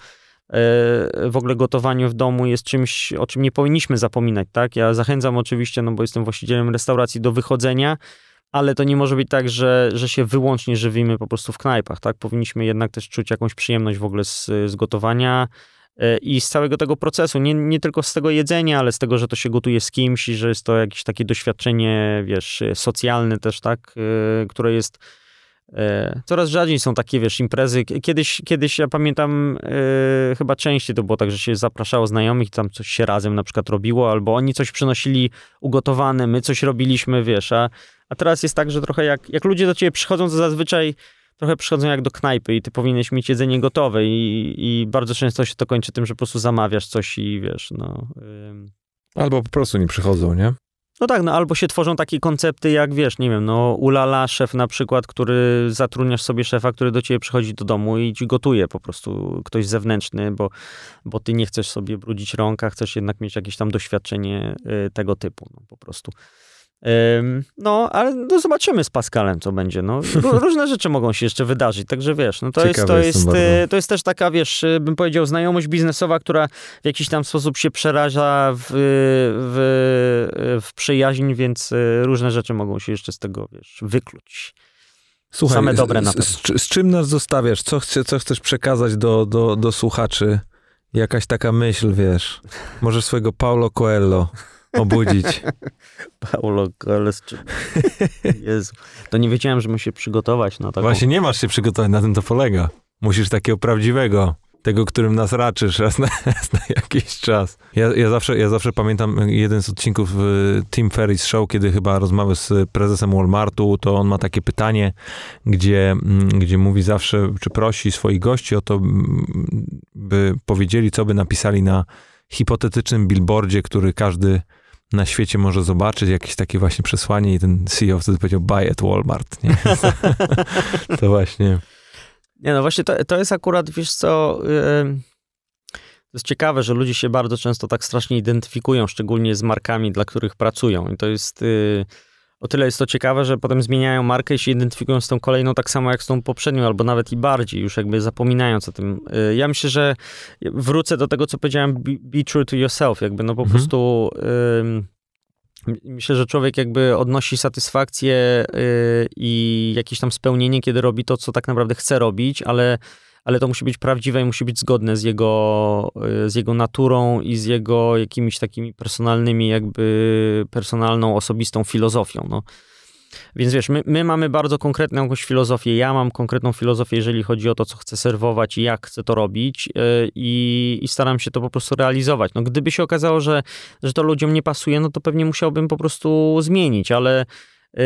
w ogóle gotowanie w domu jest czymś, o czym nie powinniśmy zapominać, tak? Ja zachęcam oczywiście, no bo jestem właścicielem restauracji, do wychodzenia, ale to nie może być tak, że, że się wyłącznie żywimy po prostu w knajpach, tak? Powinniśmy jednak też czuć jakąś przyjemność w ogóle z, z gotowania i z całego tego procesu. Nie, nie tylko z tego jedzenia, ale z tego, że to się gotuje z kimś i że jest to jakieś takie doświadczenie, wiesz, socjalne też, tak? Które jest E, coraz rzadziej są takie, wiesz, imprezy. Kiedyś, kiedyś ja pamiętam, e, chyba częściej to było tak, że się zapraszało znajomych, tam coś się razem na przykład robiło, albo oni coś przynosili ugotowane, my coś robiliśmy, wiesz, a, a teraz jest tak, że trochę jak, jak ludzie do ciebie przychodzą, to zazwyczaj trochę przychodzą jak do knajpy i ty powinieneś mieć jedzenie gotowe i, i bardzo często się to kończy tym, że po prostu zamawiasz coś i wiesz, no... Ym... Albo po prostu nie przychodzą, nie? No tak, no albo się tworzą takie koncepty jak, wiesz, nie wiem, no ulala szef na przykład, który zatrudniasz sobie szefa, który do ciebie przychodzi do domu i ci gotuje po prostu ktoś zewnętrzny, bo, bo ty nie chcesz sobie brudzić rąk, a chcesz jednak mieć jakieś tam doświadczenie y, tego typu, no po prostu. Ym, no, ale no, zobaczymy z Pascalem, co będzie, no. Różne rzeczy mogą się jeszcze wydarzyć, także wiesz, no to jest, to jest, to jest też taka, wiesz, bym powiedział, znajomość biznesowa, która w jakiś tam sposób się przeraża w, w, w przyjaźń, więc różne rzeczy mogą się jeszcze z tego, wiesz, wykluć. Słuchaj, same dobre na pewno. Z, z, z czym nas zostawiasz? Co, chce, co chcesz przekazać do, do, do słuchaczy? Jakaś taka myśl, wiesz, może swojego Paulo Coelho obudzić. Paulo Coelho. Jezu. To nie wiedziałem, że muszę się przygotować na taką... Właśnie nie masz się przygotować, na tym to polega. Musisz takiego prawdziwego, tego, którym nas raczysz raz na, raz na jakiś czas. Ja, ja, zawsze, ja zawsze pamiętam jeden z odcinków Tim Ferriss Show, kiedy chyba rozmawiał z prezesem Walmartu, to on ma takie pytanie, gdzie, gdzie mówi zawsze, czy prosi swoich gości o to, by powiedzieli, co by napisali na hipotetycznym billboardzie, który każdy na świecie może zobaczyć, jakieś takie właśnie przesłanie i ten C E O wtedy powiedział buy at Walmart, nie? To właśnie... Nie, no właśnie to, to jest akurat, wiesz co, yy, to jest ciekawe, że ludzie się bardzo często tak strasznie identyfikują, szczególnie z markami, dla których pracują i to jest... Yy, O tyle jest to ciekawe, że potem zmieniają markę i się identyfikują z tą kolejną tak samo jak z tą poprzednią, albo nawet i bardziej, już jakby zapominając o tym. Ja myślę, że wrócę do tego, co powiedziałem, be, be true to yourself, jakby no po mhm. prostu y, myślę, że człowiek jakby odnosi satysfakcję y, i jakieś tam spełnienie, kiedy robi to, co tak naprawdę chce robić, ale ale to musi być prawdziwe i musi być zgodne z jego, z jego naturą i z jego jakimiś takimi personalnymi, jakby personalną, osobistą filozofią, no. Więc wiesz, my, my mamy bardzo konkretną jakąś filozofię, ja mam konkretną filozofię, jeżeli chodzi o to, co chcę serwować i jak chcę to robić yy, i, i staram się to po prostu realizować. No gdyby się okazało, że, że to ludziom nie pasuje, no to pewnie musiałbym po prostu zmienić, ale... Yy,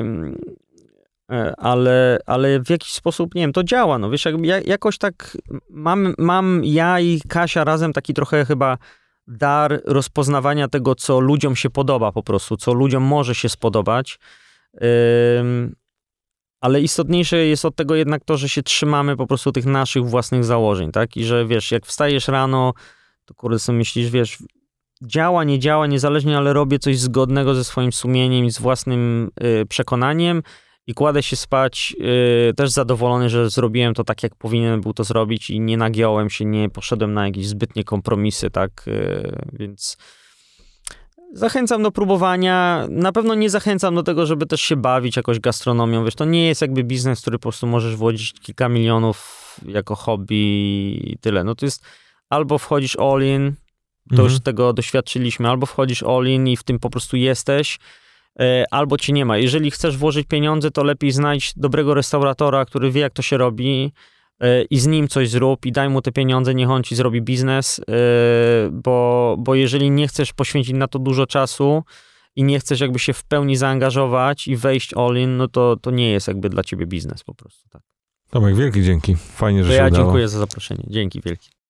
Ale, ale w jakiś sposób, nie wiem, to działa, no wiesz, jak, jakoś tak mam, mam ja i Kasia razem taki trochę chyba dar rozpoznawania tego, co ludziom się podoba po prostu, co ludziom może się spodobać, Ym, ale istotniejsze jest od tego jednak to, że się trzymamy po prostu tych naszych własnych założeń, tak, i że wiesz, jak wstajesz rano, to kurde sobie myślisz, wiesz, działa, nie działa, niezależnie, ale robię coś zgodnego ze swoim sumieniem i z własnym y, przekonaniem, i kładę się spać yy, też zadowolony, że zrobiłem to tak, jak powinienem był to zrobić i nie nagiąłem się, nie poszedłem na jakieś zbytnie kompromisy, tak, yy, więc zachęcam do próbowania. Na pewno nie zachęcam do tego, żeby też się bawić jakoś gastronomią, wiesz, to nie jest jakby biznes, który po prostu możesz włożyć kilka milionów jako hobby i tyle. No to jest albo wchodzisz all in, to mhm. już tego doświadczyliśmy, albo wchodzisz all in i w tym po prostu jesteś, albo ci nie ma. Jeżeli chcesz włożyć pieniądze, to lepiej znajdź dobrego restauratora, który wie, jak to się robi i z nim coś zrób i daj mu te pieniądze, niech on ci zrobi biznes, bo, bo jeżeli nie chcesz poświęcić na to dużo czasu i nie chcesz jakby się w pełni zaangażować i wejść all in, no to, to nie jest jakby dla ciebie biznes po prostu. Tak. Tomek, wielkie dzięki. Fajnie, że to się ja udało. Dziękuję za zaproszenie. Dzięki wielkie.